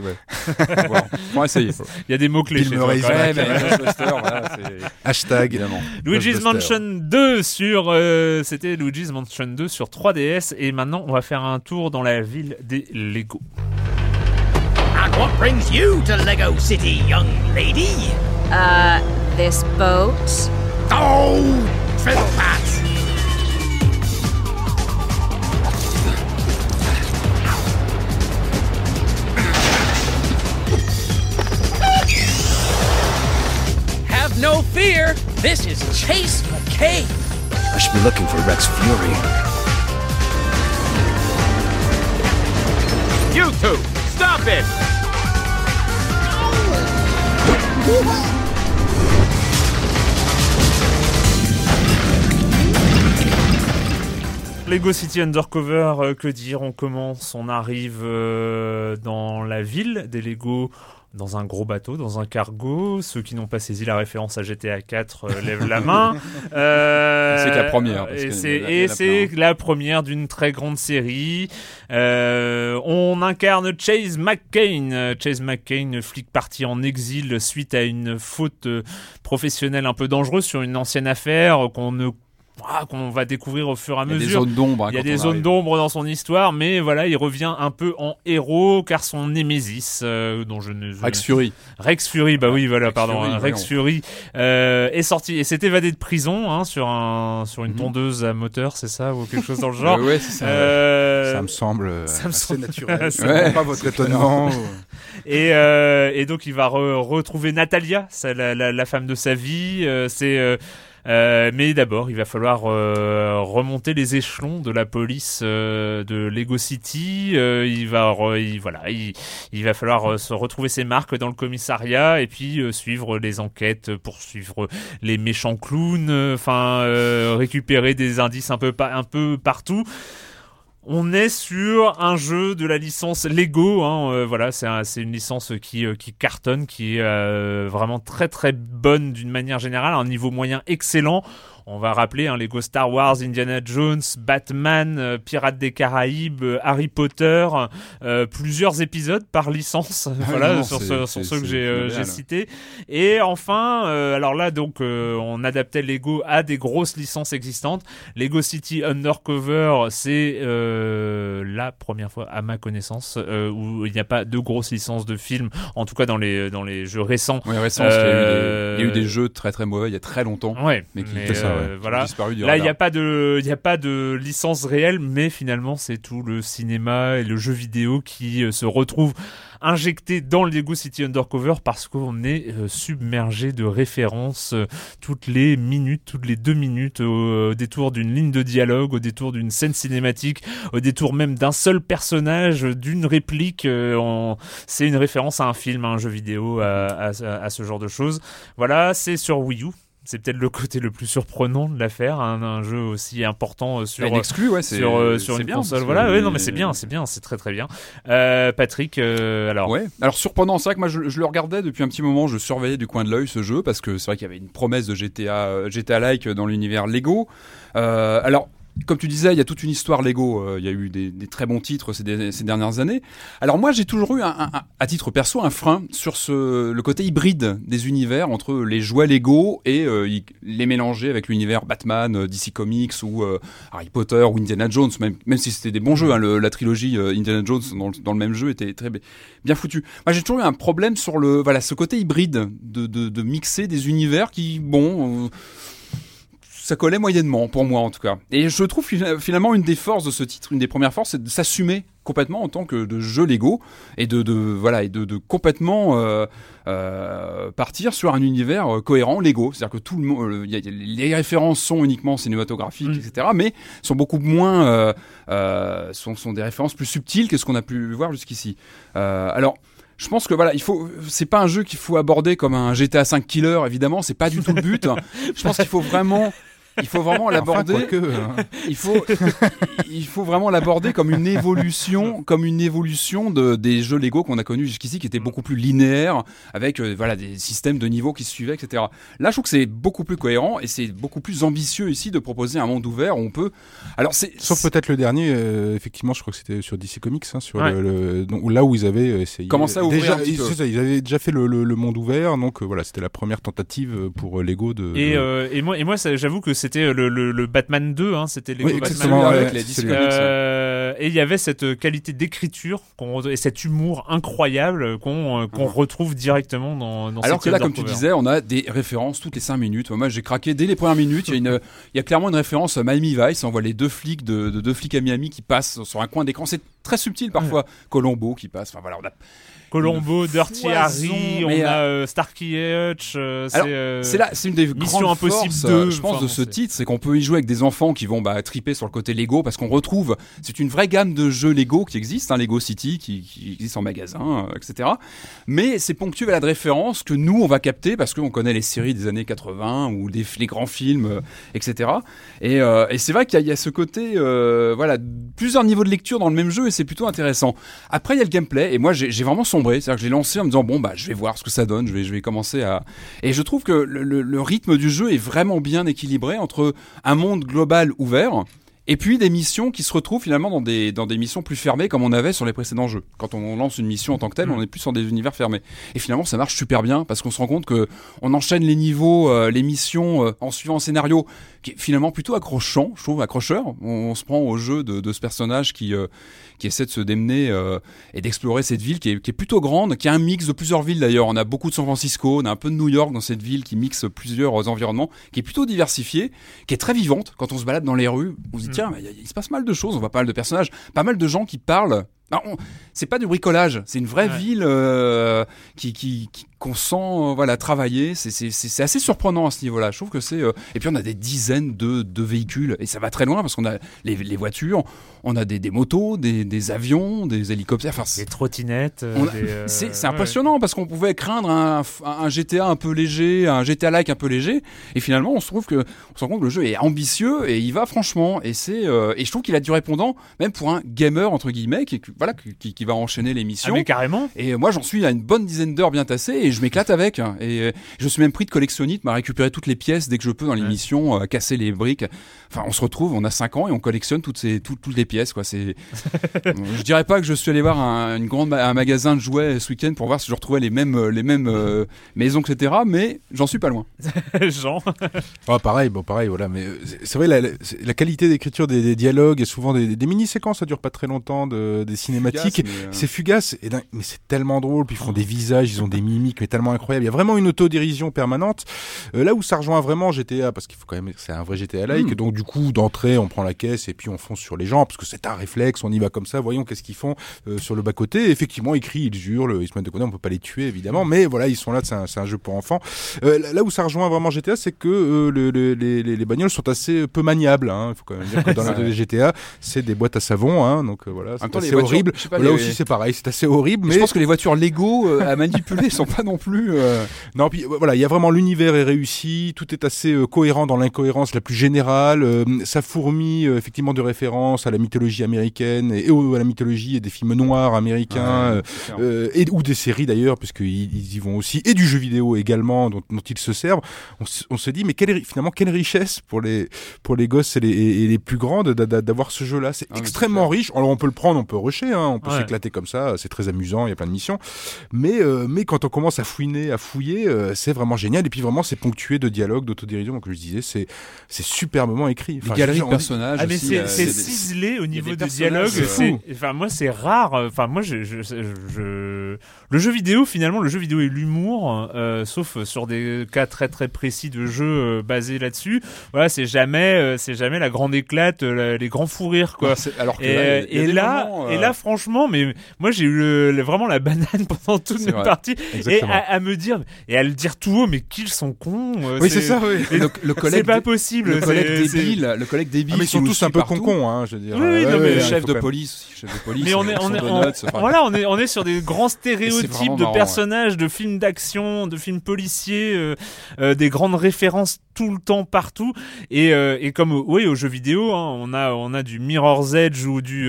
va essayer. Il y a des mots clés. Hashtag évidemment. Luigi's Mansion 2 c'était Luigi's Mansion 2 sur 3DS, et maintenant on va faire un tour dans la ville des Lego. And what brings you to Lego City, young lady? This boat. Oh, Fiddlepat! Have no fear, this is Chase McCabe. I should be looking for Rex Fury. You two, stop it! Lego City Undercover, que dire, on commence, on arrive dans la ville des Lego, dans un gros bateau, dans un cargo. Ceux qui n'ont pas saisi la référence à GTA 4 lèvent la main. C'est que la première. C'est la première d'une très grande série. On incarne Chase McCain. Chase McCain, flic parti en exil suite à une faute professionnelle un peu dangereuse sur une ancienne affaire qu'on va découvrir au fur et à mesure. Il y a des zones d'ombre. Il y a des zones d'ombre dans son histoire, mais voilà, il revient un peu en héros, car son némésis, dont je ne... Rex Fury. Rex Fury, bah oui, voilà, pardon. Rex Fury est sorti et s'est évadé de prison sur une tondeuse à moteur, c'est ça, ou quelque chose dans le genre. Ouais, c'est ça. Ça me semble assez naturel. Pas votre étonnement. Et donc il va retrouver Natalia, la femme de sa vie. Mais d'abord, il va falloir remonter les échelons de la police de Lego City. Il va falloir se retrouver ses marques dans le commissariat et puis suivre les enquêtes, poursuivre les méchants clowns, récupérer des indices un peu partout. On est sur un jeu de la licence Lego, c'est une licence qui cartonne, qui est vraiment très très bonne d'une manière générale, un niveau moyen excellent. On va rappeler Lego Star Wars, Indiana Jones, Batman, Pirates des Caraïbes, Harry Potter, plusieurs épisodes par licence, sur ceux que j'ai cités. Et enfin, alors là donc on adaptait Lego à des grosses licences existantes. Lego City Undercover, c'est la première fois à ma connaissance où il n'y a pas de grosses licences de films, en tout cas dans les jeux récents. Oui, récents, il y a eu des jeux très très mauvais il y a très longtemps. Ouais, mais voilà. Là, il n'y a pas de licence réelle, mais finalement, c'est tout le cinéma et le jeu vidéo qui se retrouvent injectés dans le Lego City Undercover parce qu'on est submergé de références toutes les 2 minutes, au détour d'une ligne de dialogue, au détour d'une scène cinématique, au détour même d'un seul personnage, d'une réplique. C'est une référence à un film, à un jeu vidéo, à ce genre de choses. Voilà, c'est sur Wii U. C'est peut-être le côté le plus surprenant de l'affaire, un jeu aussi important sur une console. Voilà, ouais, non mais c'est bien, c'est très très bien. Patrick, alors. Ouais. Alors surprenant, c'est vrai que moi je le regardais depuis un petit moment, je surveillais du coin de l'œil ce jeu parce que c'est vrai qu'il y avait une promesse de GTA-like dans l'univers Lego. Alors. Comme tu disais, il y a toute une histoire Lego. Il y a eu des très bons titres ces dernières années. Alors moi, j'ai toujours eu, à titre perso, un frein sur le côté hybride des univers entre les jouets Lego et les mélanger avec l'univers Batman, DC Comics ou Harry Potter ou Indiana Jones. Même si c'était des bons jeux, la trilogie Indiana Jones dans le même jeu était très bien foutue. Moi, j'ai toujours eu un problème sur ce côté hybride de mixer des univers qui, ça collait moyennement, pour moi en tout cas. Et je trouve finalement une des forces de ce titre, une des premières forces, c'est de s'assumer complètement en tant que de jeu Lego et de complètement partir sur un univers cohérent Lego. C'est-à-dire que tout le monde, les références sont uniquement cinématographiques, etc., mais sont beaucoup moins, sont des références plus subtiles que ce qu'on a pu voir jusqu'ici. Alors. Je pense que c'est pas un jeu qu'il faut aborder comme un GTA 5 killer, évidemment, c'est pas du tout le but. Je pense qu'il faut vraiment l'aborder. Il faut vraiment l'aborder comme une évolution des jeux Lego qu'on a connus jusqu'ici, qui étaient beaucoup plus linéaires, avec des systèmes de niveaux qui se suivaient, etc. Là, je trouve que c'est beaucoup plus cohérent et c'est beaucoup plus ambitieux ici de proposer un monde ouvert où on peut. Alors sauf peut-être le dernier, effectivement, je crois que c'était sur DC Comics, là où ils avaient essayé. Commencé à ouvrir un petit peu. C'est ça, ils avaient déjà fait le monde ouvert, donc c'était la première tentative pour Lego de. Et moi, j'avoue que c'était le Batman 2, c'était Lego Batman 2 avec les DC Comics. Et il y avait cette qualité d'écriture et cet humour incroyable qu'on retrouve directement dans alors que là, comme tu disais, on a des références toutes les 5 minutes. Moi, j'ai craqué dès les premières minutes. Il y a clairement une référence à Miami Vice. On voit les deux flics de deux flics à Miami qui passent sur un coin d'écran. très subtils parfois. Colombo qui passe. Enfin voilà, on a Colombo, Dirty Harry, on a Starkey Hutch. C'est une des grandes Impossible forces, 2, je pense, de ce titre, c'est qu'on peut y jouer avec des enfants qui vont triper sur le côté Lego, parce qu'on retrouve, c'est une vraie gamme de jeux Lego qui existe, Lego City, qui existe en magasin, etc. Mais c'est ponctué à la référence que nous, on va capter, parce qu'on connaît les séries des années 80, ou les grands films, etc. Et c'est vrai qu'il y a ce côté, plusieurs niveaux de lecture dans le même jeu, et c'est plutôt intéressant. Après, il y a le gameplay, et moi, j'ai vraiment sombré. C'est-à-dire que je l'ai lancé en me disant je vais voir ce que ça donne, je vais commencer à... Et je trouve que le rythme du jeu est vraiment bien équilibré entre un monde global ouvert et puis des missions qui se retrouvent finalement dans des missions plus fermées comme on avait sur les précédents jeux. Quand on lance une mission en tant que telle, on est plus sur des univers fermés. Et finalement, ça marche super bien parce qu'on se rend compte que on enchaîne les niveaux, les missions en suivant un scénario qui est finalement plutôt accrochant, je trouve, accrocheur. On se prend au jeu de ce personnage qui essaie de se démener et d'explorer cette ville qui est plutôt grande, qui a un mix de plusieurs villes d'ailleurs. On a beaucoup de San Francisco, on a un peu de New York dans cette ville qui mixe plusieurs environnements, qui est plutôt diversifiée, qui est très vivante. Quand on se balade dans les rues, on se dit tiens, il se passe mal de choses, on voit pas mal de personnages, pas mal de gens qui parlent. C'est pas du bricolage, c'est une vraie ville qu'on sent travailler. C'est assez surprenant à ce niveau-là. Je trouve que c'est et puis on a des dizaines de véhicules et ça va très loin parce qu'on a les voitures, on a des motos, des avions, des hélicoptères, des trottinettes. C'est impressionnant parce qu'on pouvait craindre un GTA un peu léger, un GTA-like un peu léger, et finalement on se rend compte que le jeu est ambitieux et il va franchement. Et je trouve qu'il a du répondant même pour un gamer entre guillemets qui va enchaîner les missions. Mais carrément. Et moi j'en suis à une bonne dizaine d'heures bien tassées et je m'éclate avec. Et je suis même pris de collectionnite, m'a récupéré toutes les pièces dès que je peux dans les missions, casser les briques. Enfin, on se retrouve, on a 5 ans et on collectionne toutes les pièces, quoi. Je dirais pas que je suis allé voir un magasin de jouets ce week-end pour voir si je retrouvais les mêmes maisons, etc. Mais j'en suis pas loin. Jean. Pareil, voilà. Mais c'est vrai, la qualité d'écriture des dialogues et souvent des mini-séquences, ça dure pas très longtemps, des cinématiques. C'est fugace, mais c'est tellement drôle. Puis ils font des visages, ils ont des mimiques, mais tellement incroyables. Il y a vraiment une autodérision permanente. Là où ça rejoint vraiment GTA, parce qu'il faut quand même, c'est un vrai GTA-like. Donc du coup, d'entrée, on prend la caisse et puis on fonce sur les gens, parce que c'est un réflexe, on y va comme ça. Voyons qu'est-ce qu'ils font sur le bas-côté. Effectivement, ils crient, ils hurlent, ils se mettent de côté. On peut pas les tuer évidemment, mais voilà, ils sont là. C'est un jeu pour enfants. Là où ça rejoint vraiment GTA, c'est que les bagnoles sont assez peu maniables. Il faut quand même dire que dans la GTA, c'est des boîtes à savon. Donc voilà, c'est assez horrible. Là aussi, c'est pareil, c'est assez horrible. Mais je pense que les voitures Lego à manipuler sont pas non plus. Non, puis voilà, il y a vraiment l'univers est réussi, tout est assez cohérent dans l'incohérence la plus générale. Ça fourmille effectivement de références à la mythologie américaine et à la mythologie et des films noirs américains ou des séries d'ailleurs, puisqu'ils y vont aussi, et du jeu vidéo également dont ils se servent. On se dit mais quelle richesse pour les gosses et les plus grands d'avoir ce jeu-là. C'est extrêmement riche. Alors on peut le prendre, on peut rusher, on peut s'éclater comme ça. C'est très amusant, il y a plein de missions. Mais quand on commence à fouiller, c'est vraiment génial. Et puis vraiment, c'est ponctué de dialogues, d'autodérision. Donc, comme je disais, c'est superbement écrit. Les galeries de personnages. Mais c'est ciselé au niveau des dialogues. Moi, c'est rare. Enfin, moi, le jeu vidéo, finalement, le jeu vidéo et l'humour, sauf sur des cas très très précis de jeux basés là-dessus. Voilà, c'est jamais la grande éclate, les grands fous rires, quoi. Alors que là, franchement, mais moi, j'ai eu vraiment la banane pendant toute une partie. Exactement. Et à me dire, et à le dire tout haut, mais qu'ils sont cons. Oui, c'est ça, oui. Le collègue, c'est pas possible. Le collègue débile. Mais ils sont tous un peu cons, je veux dire. Oui, non, mais le chef de police. Mais on est sur des grands stéréotypes de personnages, de films d'action, de films policiers, des grandes références tout le temps partout. Et comme au jeu vidéo, on a du Mirror's Edge ou du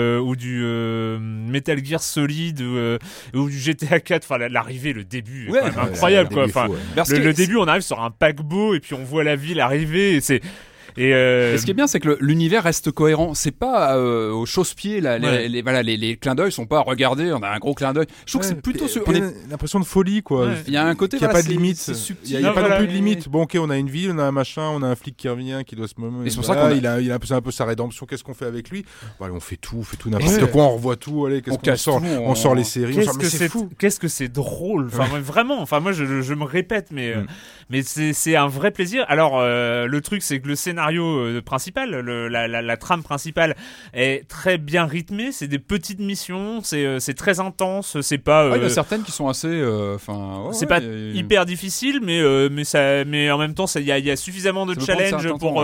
Metal Gear Solid ou du GTA 4. Enfin, l'arrivée, le début, est quand même incroyable, quoi. Enfin, le début, on arrive sur un paquebot et puis on voit la ville arriver. Et ce qui est bien, c'est que l'univers reste cohérent. C'est pas au chausse-pied. Les clins d'œil sont pas regardez. On a un gros clin d'œil. Je trouve que c'est plutôt on a l'impression de folie, quoi. Il y a un côté qui a pas de limite. C'est subtil. Il y a pas non plus de limite. Bon, ok, on a une ville, on a un machin, on a un flic qui revient, qui doit se moment. Et c'est pour ça qu'il a un peu sa rédemption. Qu'est-ce qu'on fait avec lui? Allez, on fait tout n'importe quoi. On revoit tout. Allez, qu'est-ce qu'on sort? On sort les séries. Qu'est-ce que c'est drôle. Enfin, vraiment. Enfin, moi, je me répète, mais c'est un vrai plaisir. Alors, le truc, c'est que le scénario scénario principal, la trame principale est très bien rythmée. C'est des petites missions, c'est très intense. C'est pas. Il y a certaines qui sont assez. C'est pas hyper difficile, mais en même temps, il y a suffisamment de challenge pour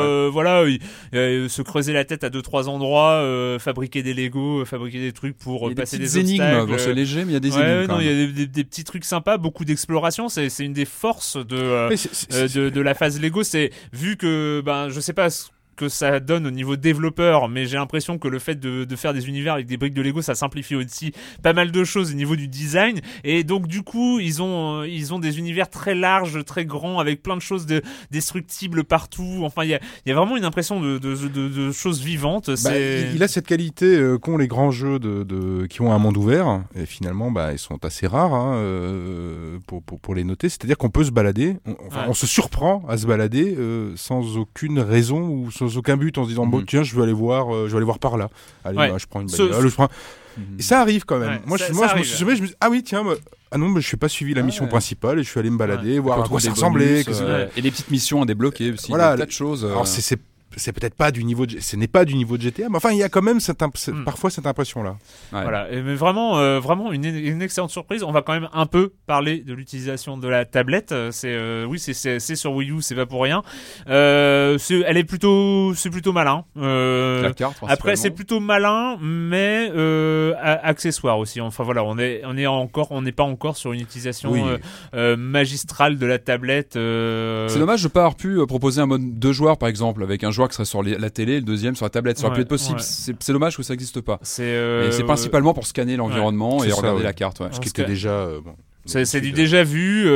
se creuser la tête à 2-3 endroits, fabriquer des Lego, fabriquer des trucs pour passer des énigmes. obstacles. C'est léger, mais il y a des énigmes. Il y a des petits trucs sympas, beaucoup d'exploration. C'est une des forces de la phase Lego. C'est vu que je sais pas que ça donne au niveau développeur, mais j'ai l'impression que le fait de faire des univers avec des briques de Lego, ça simplifie aussi pas mal de choses au niveau du design, et donc du coup ils ont des univers très larges, très grands, avec plein de choses destructibles partout. Enfin il y a vraiment une impression de choses vivantes. Il a cette qualité qu'ont les grands jeux qui ont un monde ouvert, et finalement ils sont assez rares pour les noter, c'est-à-dire qu'on peut se balader, on se surprend à se balader sans aucune raison ou sans aucun but, en se disant tiens, je vais aller voir par là. Allez, je prends une bagnole, Et ça arrive quand même. Moi, je me suis soumis, je me dis ah oui, tiens, je suis pas suivi la mission principale et je suis allé me balader, voir à quoi ça ressemblait. Et des petites missions à débloquer aussi. Voilà, des tas de choses. Alors c'est peut-être pas du niveau ce n'est pas du niveau de GTA, mais enfin il y a quand même parfois cette impression là. Voilà, mais vraiment une excellente surprise. On va quand même un peu parler de l'utilisation de la tablette. C'est sur Wii U, c'est pas pour rien. C'est plutôt malin. La carte, après c'est plutôt malin, mais accessoire aussi. Enfin voilà, on n'est pas encore sur une utilisation magistrale de la tablette. C'est dommage de pas avoir pu proposer un mode 2 joueurs par exemple, avec un joueur qui serait sur la télé et le deuxième sur la tablette. Ça aurait pu être possible. C'est dommage que ça n'existe pas. C'est principalement pour scanner l'environnement et regarder la carte. Ce qui était déjà c'est du déjà vu.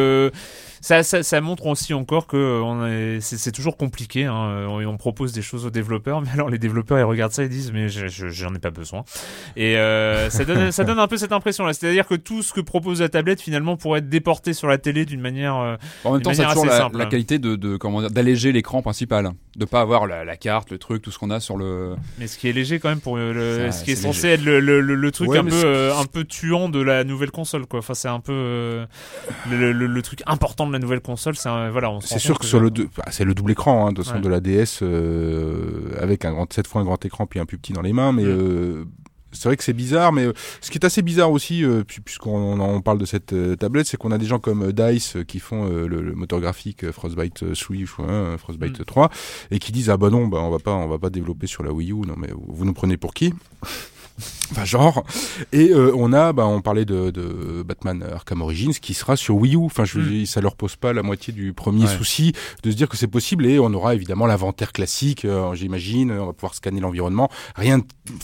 Ça montre aussi encore que c'est toujours compliqué. On propose des choses aux développeurs, mais alors les développeurs ils regardent ça et disent mais j'en ai pas besoin. Et ça donne un peu cette impression là. C'est-à-dire que tout ce que propose la tablette finalement pourrait être déporté sur la télé d'une manière. En même temps, ça a toujours la qualité d'alléger l'écran principal, de pas avoir la carte, le truc, tout ce qu'on a sur le. Mais ce qui est léger quand même pour ce qui est censé être le truc un peu tuant de la nouvelle console quoi. Enfin c'est un peu le truc important de la nouvelle console, c'est sûr que c'est le double écran de toute façon de la DS avec cette fois un grand écran puis un plus petit dans les mains, mais c'est vrai que c'est bizarre, mais ce qui est assez bizarre aussi, puisqu'on parle de cette tablette, c'est qu'on a des gens comme DICE qui font le moteur graphique Frostbite 3, Frostbite 3, et qui disent on va pas développer sur la Wii U, non mais vous nous prenez pour qui? Enfin genre, et on parlait de Batman Arkham Origins qui sera sur Wii U. Enfin ça leur pose pas la moitié du premier souci de se dire que c'est possible, et on aura évidemment l'inventaire classique, j'imagine, on va pouvoir scanner l'environnement, rien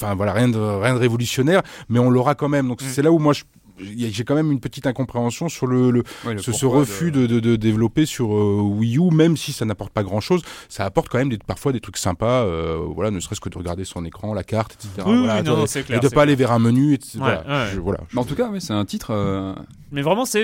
de révolutionnaire, mais on l'aura quand même. Donc c'est là où moi j'ai quand même une petite incompréhension sur ce refus de développer sur Wii U, même si ça n'apporte pas grand chose. Ça apporte quand même parfois des trucs sympas, ne serait-ce que de regarder son écran, la carte, etc. C'est clair, et de pas aller vers un menu, etc. Mais en tout cas, c'est un titre. Mais vraiment, c'est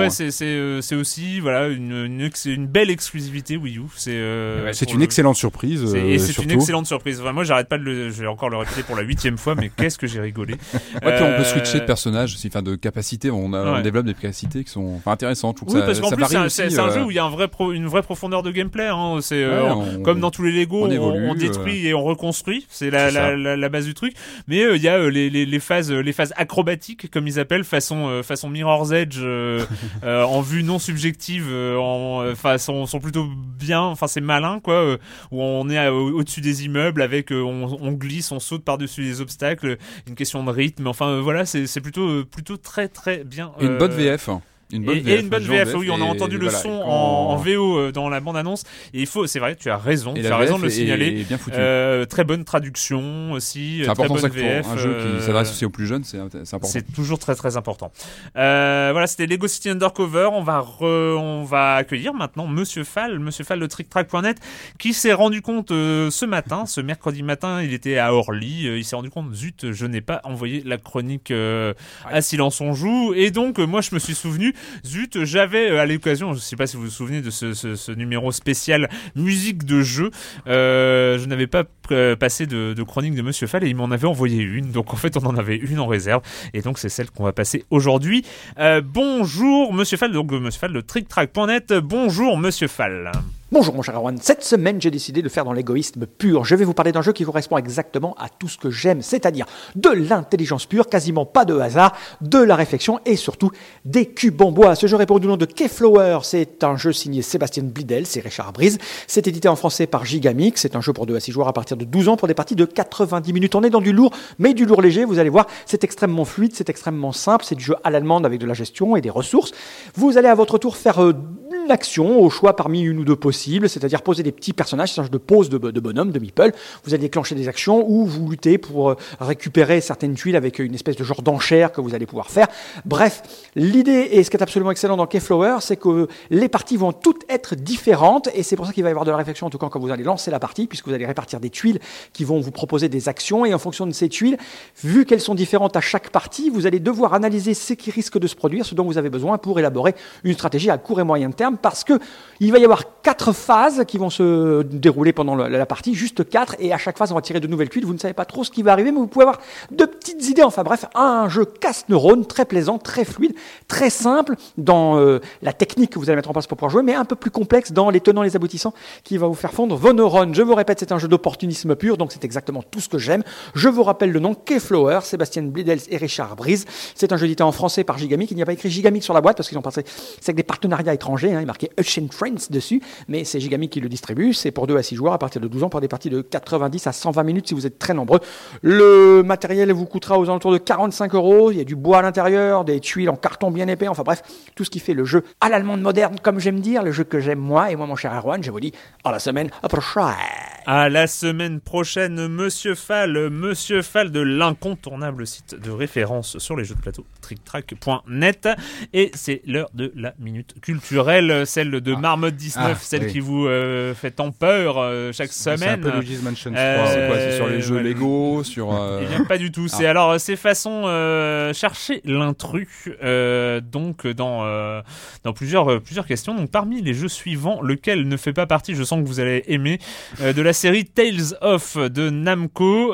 aussi une belle exclusivité Wii U. C'est une excellente surprise. Et c'est une excellente surprise. Enfin, moi, j'arrête pas je vais encore le répéter pour la 8e fois, mais qu'est-ce que j'ai rigolé. Puis on peut switcher de personnage aussi, de capacité. On développe des capacités qui sont intéressantes. Parce qu'en plus, c'est un jeu où il y a une vraie profondeur de gameplay. Comme dans tous les Lego, on détruit et on reconstruit. C'est la base du truc. Mais il y a les phases acrobatiques, comme ils appellent, façon Mirror's Edge, en vue non subjective, sont plutôt bien. Enfin, c'est malin, quoi. Où on est au-dessus des immeubles avec, on glisse, on saute par-dessus les obstacles. Une question de rythme. Enfin, c'est plutôt très très bien. Une bonne VF. Une bonne VF, oui, on a entendu le son en VO dans la bande-annonce. Et c'est vrai, tu as raison de le signaler. Bien foutu. Très bonne traduction aussi. C'est important, très bonne VF. Pour un jeu qui s'adresse aussi aux plus jeunes, c'est important. C'est toujours très très important. C'était Lego City Undercover. On va accueillir maintenant Monsieur Fall de TrickTrack.net, qui s'est rendu compte ce mercredi matin, il était à Orly. Il s'est rendu compte, zut, je n'ai pas envoyé la chronique à Silence on Joue. Et donc, moi, je me suis souvenu. Zut, j'avais à l'occasion, je ne sais pas si vous vous souvenez de ce numéro spécial musique de jeu, je n'avais pas passer de chronique de Monsieur Fall et il m'en avait envoyé une. Donc en fait, on en avait une en réserve et donc c'est celle qu'on va passer aujourd'hui. Bonjour Monsieur Fall, donc Monsieur Fall de TrickTrack.net. Bonjour Monsieur Fall. Bonjour mon cher Erwan, cette semaine j'ai décidé de faire dans l'égoïsme pur. Je vais vous parler d'un jeu qui correspond exactement à tout ce que j'aime, c'est-à-dire de l'intelligence pure, quasiment pas de hasard, de la réflexion et surtout des cubes en bois. Ce jeu répond du nom de Keyflower, c'est un jeu signé Sébastien Blidel, c'est Richard Brise, c'est édité en français par Gigamix, c'est un jeu pour 2 à 6 joueurs à partir de 12 ans pour des parties de 90 minutes. On est dans du lourd, mais du lourd léger, vous allez voir, c'est extrêmement fluide, c'est extrêmement simple, c'est du jeu à l'allemande avec de la gestion et des ressources. Vous allez à votre tour faire une action au choix parmi une ou deux possibles, c'est-à-dire poser des petits personnages, c'est un jeu de pose de bonhomme, de meeple. Vous allez déclencher des actions ou vous luttez pour récupérer certaines tuiles avec une espèce de genre d'enchère que vous allez pouvoir faire. Bref, l'idée et ce qui est absolument excellent dans Keyflower, c'est que les parties vont toutes être différentes et c'est pour ça qu'il va y avoir de la réflexion en tout cas quand vous allez lancer la partie, puisque vous allez répartir des tuiles qui vont vous proposer des actions et en fonction de ces tuiles, vu qu'elles sont différentes à chaque partie, vous allez devoir analyser ce qui risque de se produire, ce dont vous avez besoin pour élaborer une stratégie à court et moyen terme, parce que il va y avoir 4 phases qui vont se dérouler pendant la partie, juste 4, et à chaque phase on va tirer de nouvelles tuiles. Vous ne savez pas trop ce qui va arriver, mais vous pouvez avoir de petites idées. Enfin bref, un jeu casse-neurones, très plaisant, très fluide, très simple dans la technique que vous allez mettre en place pour pouvoir jouer, mais un peu plus complexe dans les tenants et les aboutissants qui va vous faire fondre vos neurones. Je vous répète, c'est un jeu d'opportunisme pur, donc c'est exactement tout ce que j'aime. Je vous rappelle le nom, Keyflower, Sébastien Blidels et Richard Brise. C'est un jeu édité en français par Gigamix. Il n'y a pas écrit Gigamix sur la boîte parce qu'ils ont pensé, c'est avec des partenariats étrangers, hein, il est marqué Ocean Friends dessus, mais c'est Gigamix qui le distribue. C'est pour 2 à 6 joueurs à partir de 12 ans pour des parties de 90 à 120 minutes si vous êtes très nombreux. Le matériel vous coûtera aux alentours de 45 €. Il y a du bois à l'intérieur, des tuiles en carton bien épais, enfin bref, tout ce qui fait le jeu à l'allemande moderne, comme j'aime dire, le jeu que j'aime moi. Et moi, mon cher Erwan, je vous dis à la semaine prochaine. À la semaine prochaine, Monsieur Fall de l'incontournable site de référence sur les jeux de plateau, TrickTrack.net. Et c'est l'heure de la minute culturelle, celle de Marmotte 19, celle qui vous fait tant peur chaque semaine. C'est un peu Luigi's Mansion 3. C'est quoi? C'est sur les jeux Lego, sur... Eh bien, pas du tout. C'est façon chercher l'intrus, donc dans plusieurs questions. Donc parmi les jeux suivants, lequel ne fait pas partie, je sens que vous allez aimer, de la série Tales of de Namco.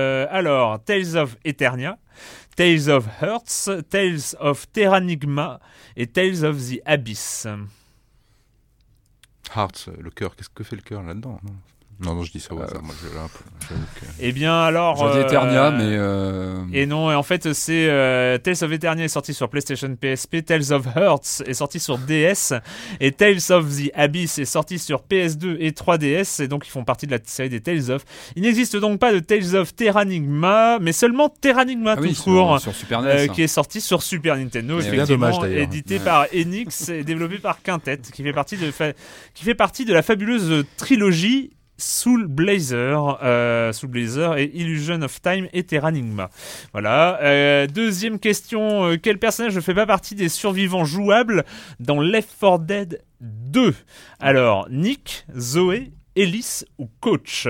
Alors, Tales of Eternia, Tales of Hearts, Tales of Terranigma et Tales of the Abyss. Hearts, le cœur, qu'est-ce que fait le cœur là-dedans? Non, je dis ça au hasard. Moi, Eh bien, alors. J'aurais dit Eternia, mais. Et non, et en fait, c'est Tales of Eternia est sorti sur PlayStation PSP, Tales of Hearts est sorti sur DS, et Tales of the Abyss est sorti sur PS2 et 3DS, et donc ils font partie de la série des Tales of. Il n'existe donc pas de Tales of Terranigma, mais seulement Terranigma tout court, sur Super NES, qui est sorti sur Super Nintendo, effectivement, édité par Enix et développé par Quintet, qui fait partie de la fabuleuse trilogie Soul Blazer et Illusion of Time et Terranigma. Voilà. Deuxième question. Quel personnage ne fait pas partie des survivants jouables dans Left 4 Dead 2? Alors, Nick, Zoé, Ellis ou Coach?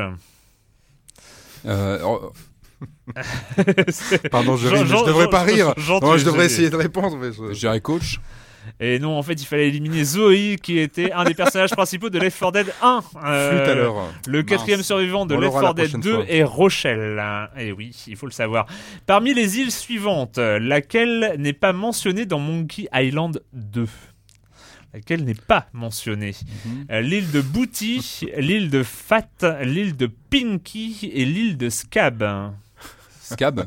Pardon, je devrais pas rire. Je devrais essayer de répondre. Mais je dirais Coach. Et non, en fait, il fallait éliminer Zoe, qui était un des personnages principaux de Left 4 Dead 1. Le quatrième survivant de Left 4 Dead 2 est Rochelle. Et oui, il faut le savoir. Parmi les îles suivantes, laquelle n'est pas mentionnée dans Monkey Island 2? Laquelle n'est pas mentionnée? L'île de Booty, l'île de Fat, l'île de Pinky et l'île de Scab. Scab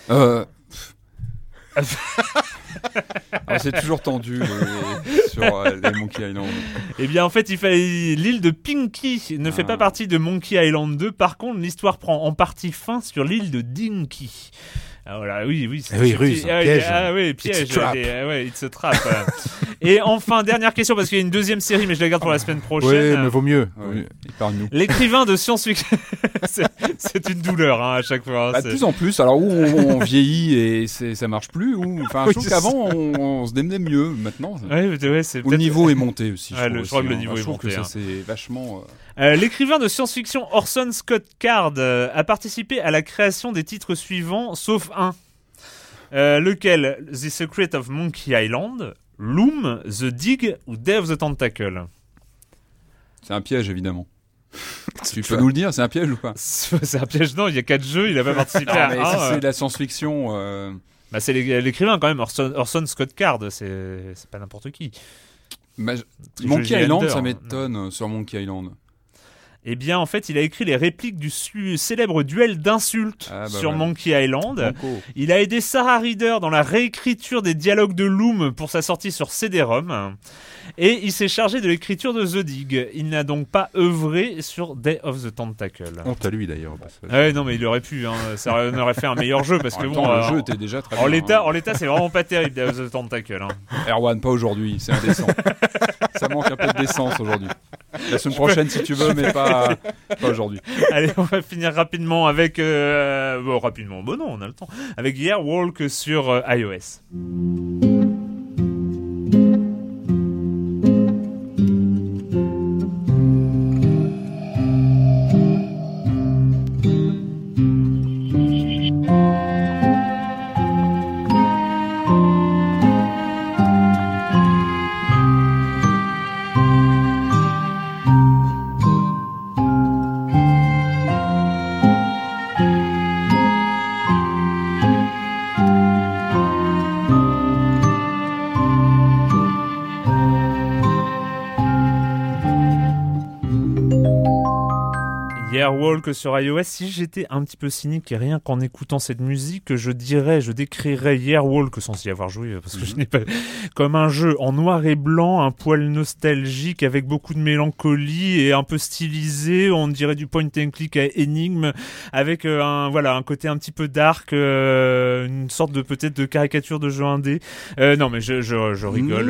c'est toujours tendu sur les Monkey Island. Eh bien, en fait, il fallait l'île de Pinky ne fait pas partie de Monkey Island 2. Par contre, l'histoire prend en partie fin sur l'île de Dinky. Ah voilà, oui, ruse, piège. Piège. It's a trap. Et enfin, dernière question, parce qu'il y a une deuxième série, mais je la garde pour la semaine prochaine. Oui, mais vaut mieux. Épargne-nous. L'écrivain de science-fiction. c'est une douleur, à chaque fois. De plus en plus, alors où on vieillit et ça marche plus, je trouve qu'avant, on se démenait mieux. Maintenant, le niveau est monté aussi. Je crois que le niveau est monté. Ça, c'est vachement... L'écrivain de science-fiction Orson Scott Card a participé à la création des titres suivants, sauf un. Lequel? The Secret of Monkey Island, Loom, The Dig ou Day of the Tentacle? C'est un piège, évidemment. Tu peux nous le dire, c'est un piège ou pas? C'est un piège, non, il y a 4 jeux, il a pas participé à mais si c'est de la science-fiction... Bah c'est l'écrivain quand même, Orson Scott Card, c'est pas n'importe qui. Monkey Island, ça m'étonne sur Monkey Island. Eh bien, en fait, il a écrit les répliques du célèbre duel d'insultes sur Monkey Island. Il a aidé Sarah Reader dans la réécriture des dialogues de Loom pour sa sortie sur CD-ROM. Et il s'est chargé de l'écriture de The Dig. Il n'a donc pas œuvré sur Day of the Tentacle. Honte à lui d'ailleurs. Ouais, non, mais il aurait pu. Ça aurait fait un meilleur jeu parce que le jeu était déjà très bien. En l'état, c'est vraiment pas terrible Day of the Tentacle. Erwan, pas aujourd'hui, c'est indécent. Ça manque un peu de décence aujourd'hui. La semaine prochaine si tu veux, mais pas aujourd'hui. Allez, on va finir rapidement avec... rapidement, bon non, on a le temps. Avec Yearwalk sur iOS. Yearwalk sur iOS. Si j'étais un petit peu cynique et rien qu'en écoutant cette musique, je décrirais Yearwalk sans y avoir joué parce que je n'ai pas comme un jeu en noir et blanc, un poil nostalgique avec beaucoup de mélancolie et un peu stylisé, on dirait du point and click à énigme avec un côté un petit peu dark, une sorte de peut-être de caricature de jeu indé. Non mais je rigole.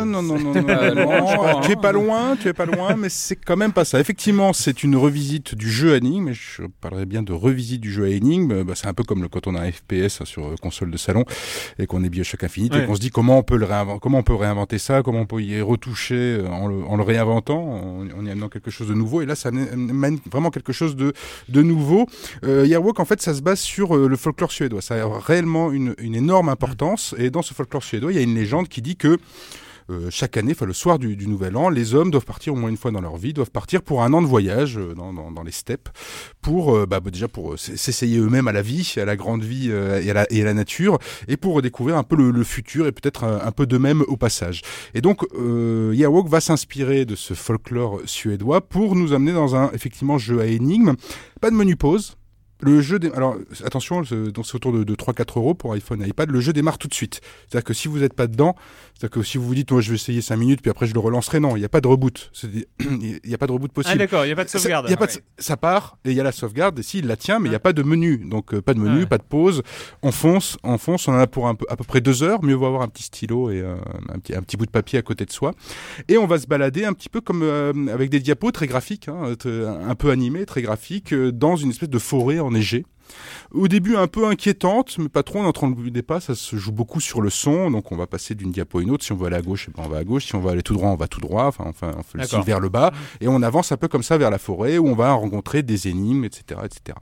Non. Tu es pas loin, mais c'est quand même pas ça. Effectivement, c'est une revisite du jeu à énigmes, et je parlerai bien de revisite du jeu à énigmes. C'est un peu comme quand on a un FPS sur console de salon et qu'on est BioShock Infinite et qu'on se dit comment on peut réinventer ça, comment on peut y retoucher en le réinventant, en y amenant quelque chose de nouveau. Et là, ça mène vraiment quelque chose de nouveau. Yearwalk, en fait, ça se base sur le folklore suédois. Ça a réellement une énorme importance. Et dans ce folklore suédois, il y a une légende qui dit que chaque année, le soir du Nouvel An, les hommes doivent partir au moins une fois dans leur vie, doivent partir pour un an de voyage dans les steppes, pour déjà pour s'essayer eux-mêmes à la vie, à la grande vie et à la nature, et pour redécouvrir un peu le futur et peut-être un peu d'eux-mêmes au passage. Et donc, Yearwalk va s'inspirer de ce folklore suédois pour nous amener dans un effectivement jeu à énigmes. Pas de menu pause. Le jeu alors attention, donc c'est autour de 3-4 euros pour iPhone et iPad. Le jeu démarre tout de suite. C'est-à-dire que si vous n'êtes pas dedans, c'est-à-dire que si vous vous dites moi je vais essayer 5 minutes puis après je le relancerai, non, il n'y a pas de reboot. Il n'y a pas de reboot possible. Ah d'accord, il n'y a pas de sauvegarde. Ça part et il y a la sauvegarde et si il la tient, mais il n'y a pas de menu. Donc pas de menu, pas de pause. On fonce. On en a pour à peu près 2 heures. Mieux vaut avoir un petit stylo et un petit bout de papier à côté de soi. Et on va se balader un petit peu comme avec des diapos très graphiques, un peu animés, très graphiques, dans une espèce de forêt enneigée. Au début un peu inquiétante, mais pas trop, on est en train de pas, ça se joue beaucoup sur le son, donc on va passer d'une diapo à une autre. Si on veut aller à gauche, on va à gauche, si on veut aller tout droit, on va tout droit, on fait le signe vers le bas, et on avance un peu comme ça vers la forêt, où on va rencontrer des énigmes, etc.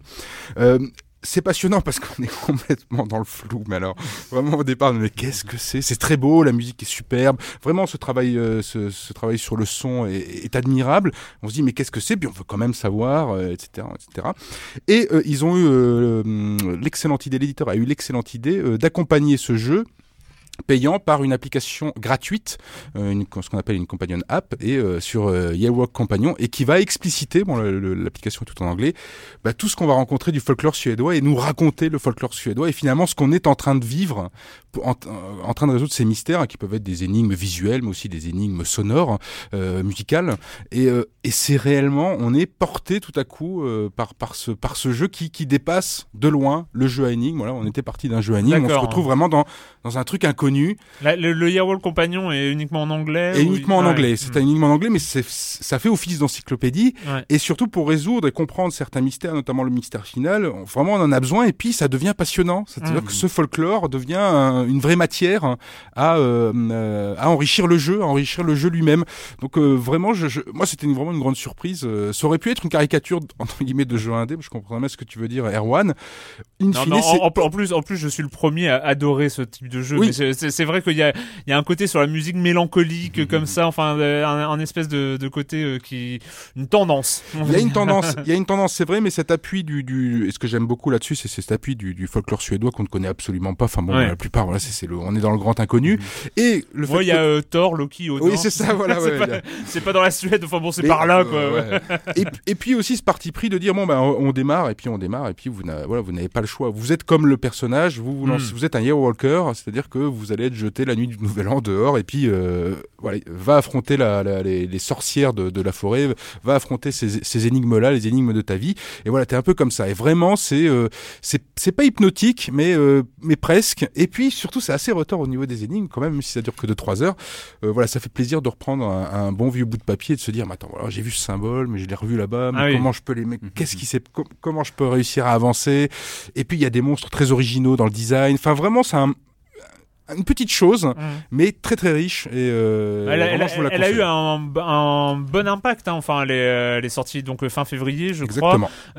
C'est passionnant parce qu'on est complètement dans le flou, mais alors vraiment au départ, mais qu'est-ce que c'est ? C'est très beau, la musique est superbe, vraiment ce travail sur le son est admirable. On se dit mais qu'est-ce que c'est ? Puis on veut quand même savoir, etc., etc. Et ils ont eu l'excellente idée, l'éditeur a eu l'excellente idée d'accompagner ce jeu payant par une application gratuite, ce qu'on appelle une companion app, et sur Yearwalk Companion, et qui va expliciter, l'application est tout en anglais, tout ce qu'on va rencontrer du folklore suédois et nous raconter le folklore suédois et finalement ce qu'on est en train de vivre, en train de résoudre ces mystères qui peuvent être des énigmes visuelles, mais aussi des énigmes sonores, musicales, et c'est réellement, on est porté tout à coup par ce jeu qui dépasse de loin le jeu à énigmes. Voilà, on était parti d'un jeu à énigmes, on se retrouve vraiment dans un truc inconnu. Le Yearwalk Companion est uniquement en anglais. Uniquement en anglais. C'est uniquement en anglais, mais ça fait office d'encyclopédie. Ouais. Et surtout pour résoudre et comprendre certains mystères, notamment le mystère final. Vraiment, on en a besoin. Et puis, ça devient passionnant. C'est-à-dire que ce folklore devient une vraie matière à enrichir le jeu lui-même. Donc vraiment, moi, c'était vraiment une grande surprise. Ça aurait pu être une caricature entre guillemets de jeu indé. Je comprends bien ce que tu veux dire, Erwan. En plus, je suis le premier à adorer ce type de jeu. Oui. Mais c'est vrai qu'il y a un côté sur la musique mélancolique comme ça, enfin un espèce de côté une tendance. Il y a une tendance, c'est vrai, mais cet appui et ce que j'aime beaucoup là-dessus, c'est cet appui du folklore suédois qu'on ne connaît absolument pas. Enfin bon, la plupart, voilà, on est dans le grand inconnu. Et le fait il y a Thor, Loki, Odin. Oui, c'est ça, voilà. c'est pas dans la Suède, enfin bon, c'est par là, quoi. Et puis aussi ce parti pris de dire on démarre et puis vous n'avez pas le choix. Vous êtes comme le personnage, vous êtes un Yearwalker, c'est-à-dire que vous allez être jeté la nuit du Nouvel An dehors et puis va affronter les sorcières de la forêt, va affronter ces énigmes-là, les énigmes de ta vie. Et voilà, t'es un peu comme ça. Et vraiment, c'est pas hypnotique, mais presque. Et puis surtout, c'est assez retors au niveau des énigmes quand même si ça dure que de 3 heures. Voilà, ça fait plaisir de reprendre un bon vieux bout de papier et de se dire, mais attends, voilà, j'ai vu ce symbole, mais je l'ai revu là-bas, mais comment je peux comment je peux réussir à avancer? Et puis il y a des monstres très originaux dans le design. Enfin, vraiment, c'est une petite chose, mais très très riche. Et elle a eu un bon impact. Enfin, elle est sortie donc fin février, je crois.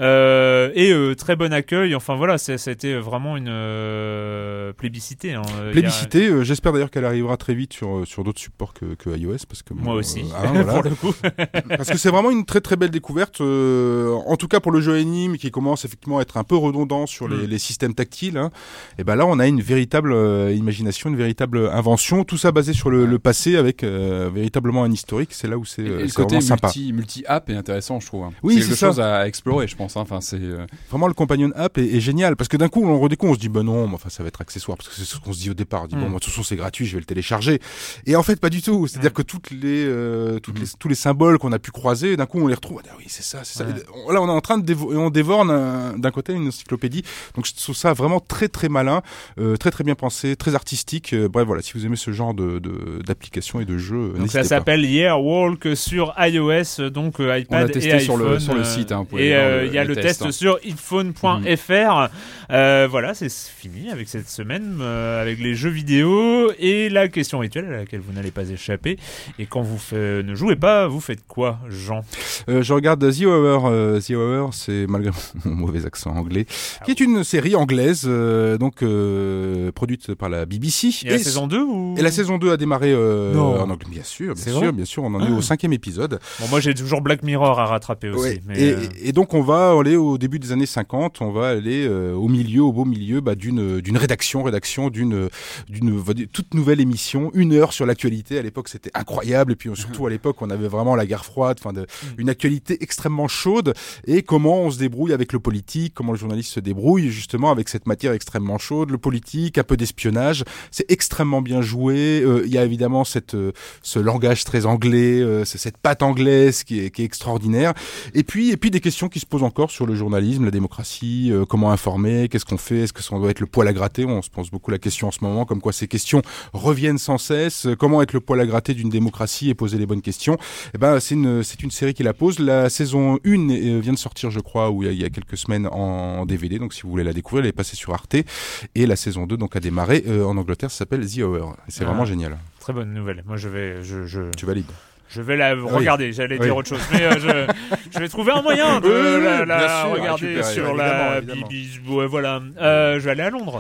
Et très bon accueil. Enfin voilà, ça a été vraiment une plébiscité. Plébiscité. J'espère d'ailleurs qu'elle arrivera très vite sur d'autres supports que iOS, parce que moi aussi. Voilà. Pour le coup. Parce que c'est vraiment une très très belle découverte. En tout cas pour le jeu anime qui commence effectivement à être un peu redondant sur les systèmes tactiles. Et ben là, on a une véritable imagination, une véritable invention, tout ça basé sur le passé avec véritablement un historique. C'est là où c'est le côté sympa. multi-app est intéressant, je trouve. Oui, c'est quelque chose à explorer, je pense. Enfin, c'est vraiment le companion app est génial parce que d'un coup, on se dit non, enfin ça va être accessoire parce que c'est ce qu'on se dit au départ. On dit de toute façon c'est gratuit, je vais le télécharger. Et en fait, pas du tout. C'est-à-dire que tous les symboles qu'on a pu croiser, d'un coup, on les retrouve. Ah oui, c'est ça. Là, on est en train on dévore d'un côté une encyclopédie. Donc je trouve ça vraiment très très malin, très très bien pensé, très artistique. Bref, voilà, si vous aimez ce genre d'application et de jeu, donc ça s'appelle Yearwalk sur iOS, donc iPad et iPhone. sur le site. Et il y a le test sur iPhone.fr. Voilà, c'est fini avec cette semaine, avec les jeux vidéo et la question rituelle à laquelle vous n'allez pas échapper. Et quand vous ne jouez pas, vous faites quoi, Jean? Je regarde The Hour. The Hour, c'est malgré mon mauvais accent anglais, qui est une série anglaise, produite par la BBC. Et la saison 2 ou... Et la saison 2 a démarré en anglais, bien sûr, on en est au 5e épisode. Bon, moi j'ai toujours Black Mirror à rattraper aussi. Ouais. Mais et donc on va aller au début des années 50, on va aller au beau milieu d'une rédaction d'une toute nouvelle émission, 1 heure sur l'actualité. À l'époque c'était incroyable, et puis surtout à l'époque on avait vraiment la guerre froide, une actualité extrêmement chaude, et comment on se débrouille avec le politique, comment le journaliste se débrouille justement avec cette matière extrêmement chaude, le politique, un peu d'espionnage. C'est extrêmement bien joué. Il y a évidemment ce langage très anglais, cette patte anglaise qui est extraordinaire. Et puis des questions qui se posent encore sur le journalisme, la démocratie, comment informer, qu'est-ce qu'on fait, est-ce que ça doit être le poil à gratter? On se pose beaucoup la question en ce moment, comme quoi ces questions reviennent sans cesse. Comment être le poil à gratter d'une démocratie et poser les bonnes questions? C'est une série qui la pose. La saison 1 vient de sortir, je crois, il y a quelques semaines en DVD. Donc si vous voulez la découvrir, elle est passée sur Arte. Et la saison 2 donc a démarré en Angleterre, ça s'appelle The Hour. C'est vraiment génial. Très bonne nouvelle. Moi, je Tu valides? Je vais la regarder, j'allais dire autre chose, mais je vais trouver un moyen de la regarder sur la BBC. Ouais, voilà. Je vais aller à Londres.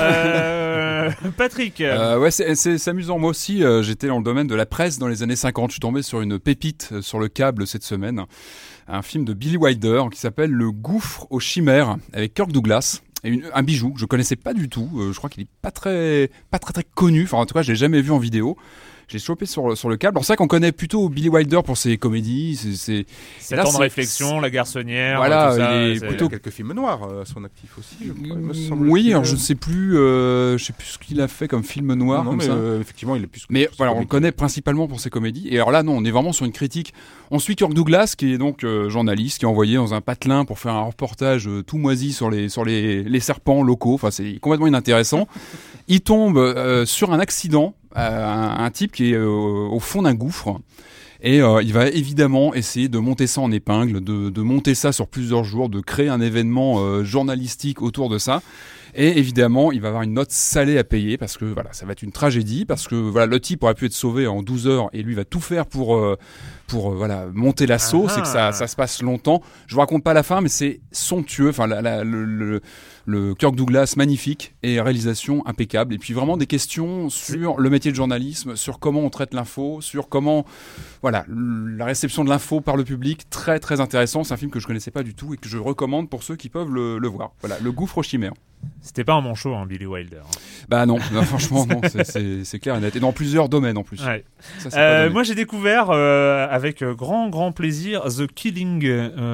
Voilà. Patrick. C'est amusant. Moi aussi, j'étais dans le domaine de la presse dans les années 50. Je suis tombé sur une pépite sur le câble cette semaine. Un film de Billy Wilder qui s'appelle Le Gouffre aux chimères avec Kirk Douglas. Et un bijou que je connaissais pas du tout. Je crois qu'il est pas très connu. Enfin, en tout cas, je l'ai jamais vu en vidéo. J'ai chopé sur le câble. Alors c'est vrai qu'on connaît plutôt Billy Wilder pour ses comédies. C'est temps de réflexion, La Garçonnière. Voilà, tout ça, il y a plutôt quelques films noirs à son actif aussi. Je crois, il me semble. Oui, alors je sais plus ce qu'il a fait comme film noir. Non, mais ça. Effectivement, il est plus. Mais voilà, on le connaît principalement pour ses comédies. Et alors là, non, on est vraiment sur une critique. On suit Kirk Douglas, qui est donc journaliste, qui est envoyé dans un patelin pour faire un reportage tout moisi sur les serpents locaux. Enfin, c'est complètement inintéressant. Il tombe sur un accident. Un type qui est au fond d'un gouffre et il va évidemment essayer de monter ça en épingle, de monter ça sur plusieurs jours, de créer un événement journalistique autour de ça. Et évidemment, il va avoir une note salée à payer parce que voilà, ça va être une tragédie, parce que voilà, le type aurait pu être sauvé en 12 heures et lui va tout faire pour voilà, monter l'assaut. C'est que ça se passe longtemps. Je vous raconte pas la fin, mais c'est somptueux. Enfin, le Kirk Douglas magnifique et réalisation impeccable. Et puis vraiment des questions sur le métier de journalisme, sur comment on traite l'info, sur comment, voilà, la réception de l'info par le public. Très très intéressant. C'est un film que je connaissais pas du tout et que je recommande pour ceux qui peuvent le voir. Voilà, Le Gouffre aux Chimères. C'était pas un manchot, hein, Billy Wilder. Bah non, franchement non, c'est clair et net. Et dans plusieurs domaines en plus. Ouais. Ça, moi j'ai découvert avec grand plaisir The Killing.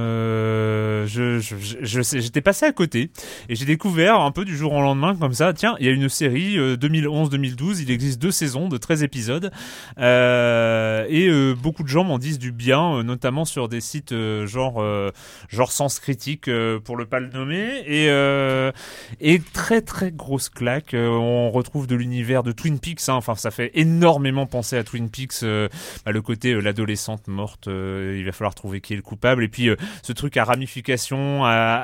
J'étais passé à côté et j'ai découvert un peu du jour au lendemain comme ça. Tiens, il y a une série 2011-2012. Il existe 2 saisons de 13 épisodes et beaucoup de gens m'en disent du bien, notamment sur des sites genre Sens Critique pour le pas le nommer et très très grosse claque. On retrouve de l'univers de Twin Peaks, hein. Enfin ça fait énormément penser à Twin Peaks, le côté l'adolescente morte, il va falloir trouver qui est le coupable, et puis ce truc à ramification,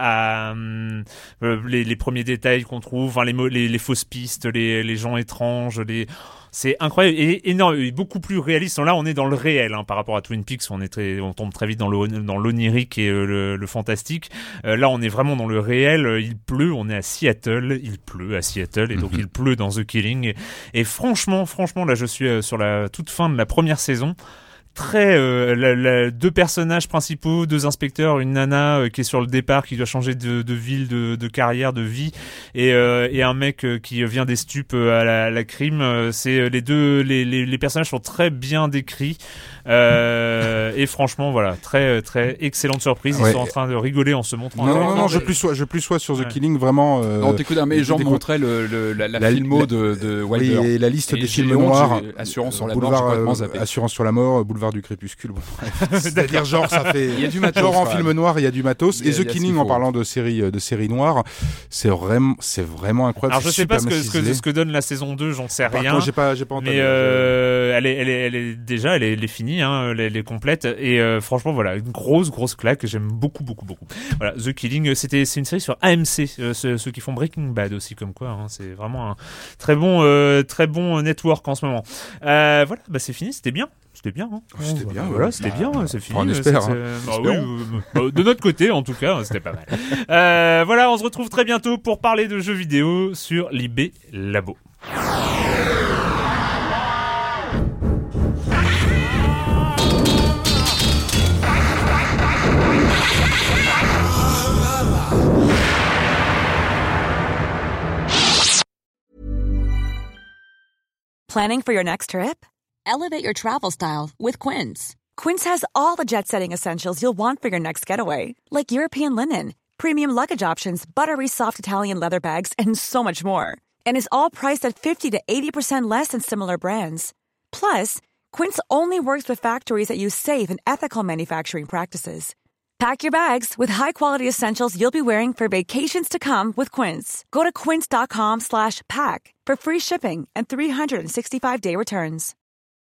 les premiers détails qu'on trouve, enfin, les fausses pistes, les gens étranges, c'est incroyable et énorme, et beaucoup plus réaliste. Là, on est dans le réel, hein, par rapport à Twin Peaks. On tombe très vite dans l'onirique et le fantastique. Là, on est vraiment dans le réel. Il pleut. On est à Seattle. Il pleut à Seattle, et donc il pleut dans The Killing. Et franchement, là, je suis sur la toute fin de la première saison. Très 2 personnages principaux, 2 inspecteurs, une nana qui est sur le départ, qui doit changer de ville, de carrière, de vie, et un mec qui vient des stupes à la crime. C'est les personnages sont très bien décrits, et franchement voilà, très très excellente surprise. Ils sont en train de rigoler en se montrant. Non, je plus sois sur The Killing, vraiment. Non, t'écoutes, mais les gens me montraient la filmo de Wilder. Oui, et la liste des films noirs. Assurance sur la mort, Assurance sur la mort, Boulevard du Crépuscule. Bon, c'est-à-dire genre ça fait. Il y a du matos. Genre en film noir, il y a du matos. Et The Killing, en parlant de série noire, c'est vraiment incroyable. Alors je sais pas ce que donne la saison 2, j'en sais rien. J'ai pas entendu. Mais elle est finie, hein, elle est complète, et franchement voilà, une grosse claque. J'aime beaucoup. Voilà, The Killing, c'est une série sur AMC, ceux qui font Breaking Bad aussi, comme quoi, hein, c'est vraiment un très bon network en ce moment. Voilà, bah c'est fini, c'était bien. Hein. C'était bien. Voilà, c'était bien, c'est fini. On espère. De notre côté, en tout cas, c'était pas mal. Voilà, on se retrouve très bientôt pour parler de jeux vidéo sur Libé Labo. Planning for your next trip? Elevate your travel style with Quince. Quince has all the jet-setting essentials you'll want for your next getaway, like European linen, premium luggage options, buttery soft Italian leather bags, and so much more. And is all priced at 50 to 80% less than similar brands. Plus, Quince only works with factories that use safe and ethical manufacturing practices. Pack your bags with high-quality essentials you'll be wearing for vacations to come with Quince. Go to quince.com/pack for free shipping and 365-day returns.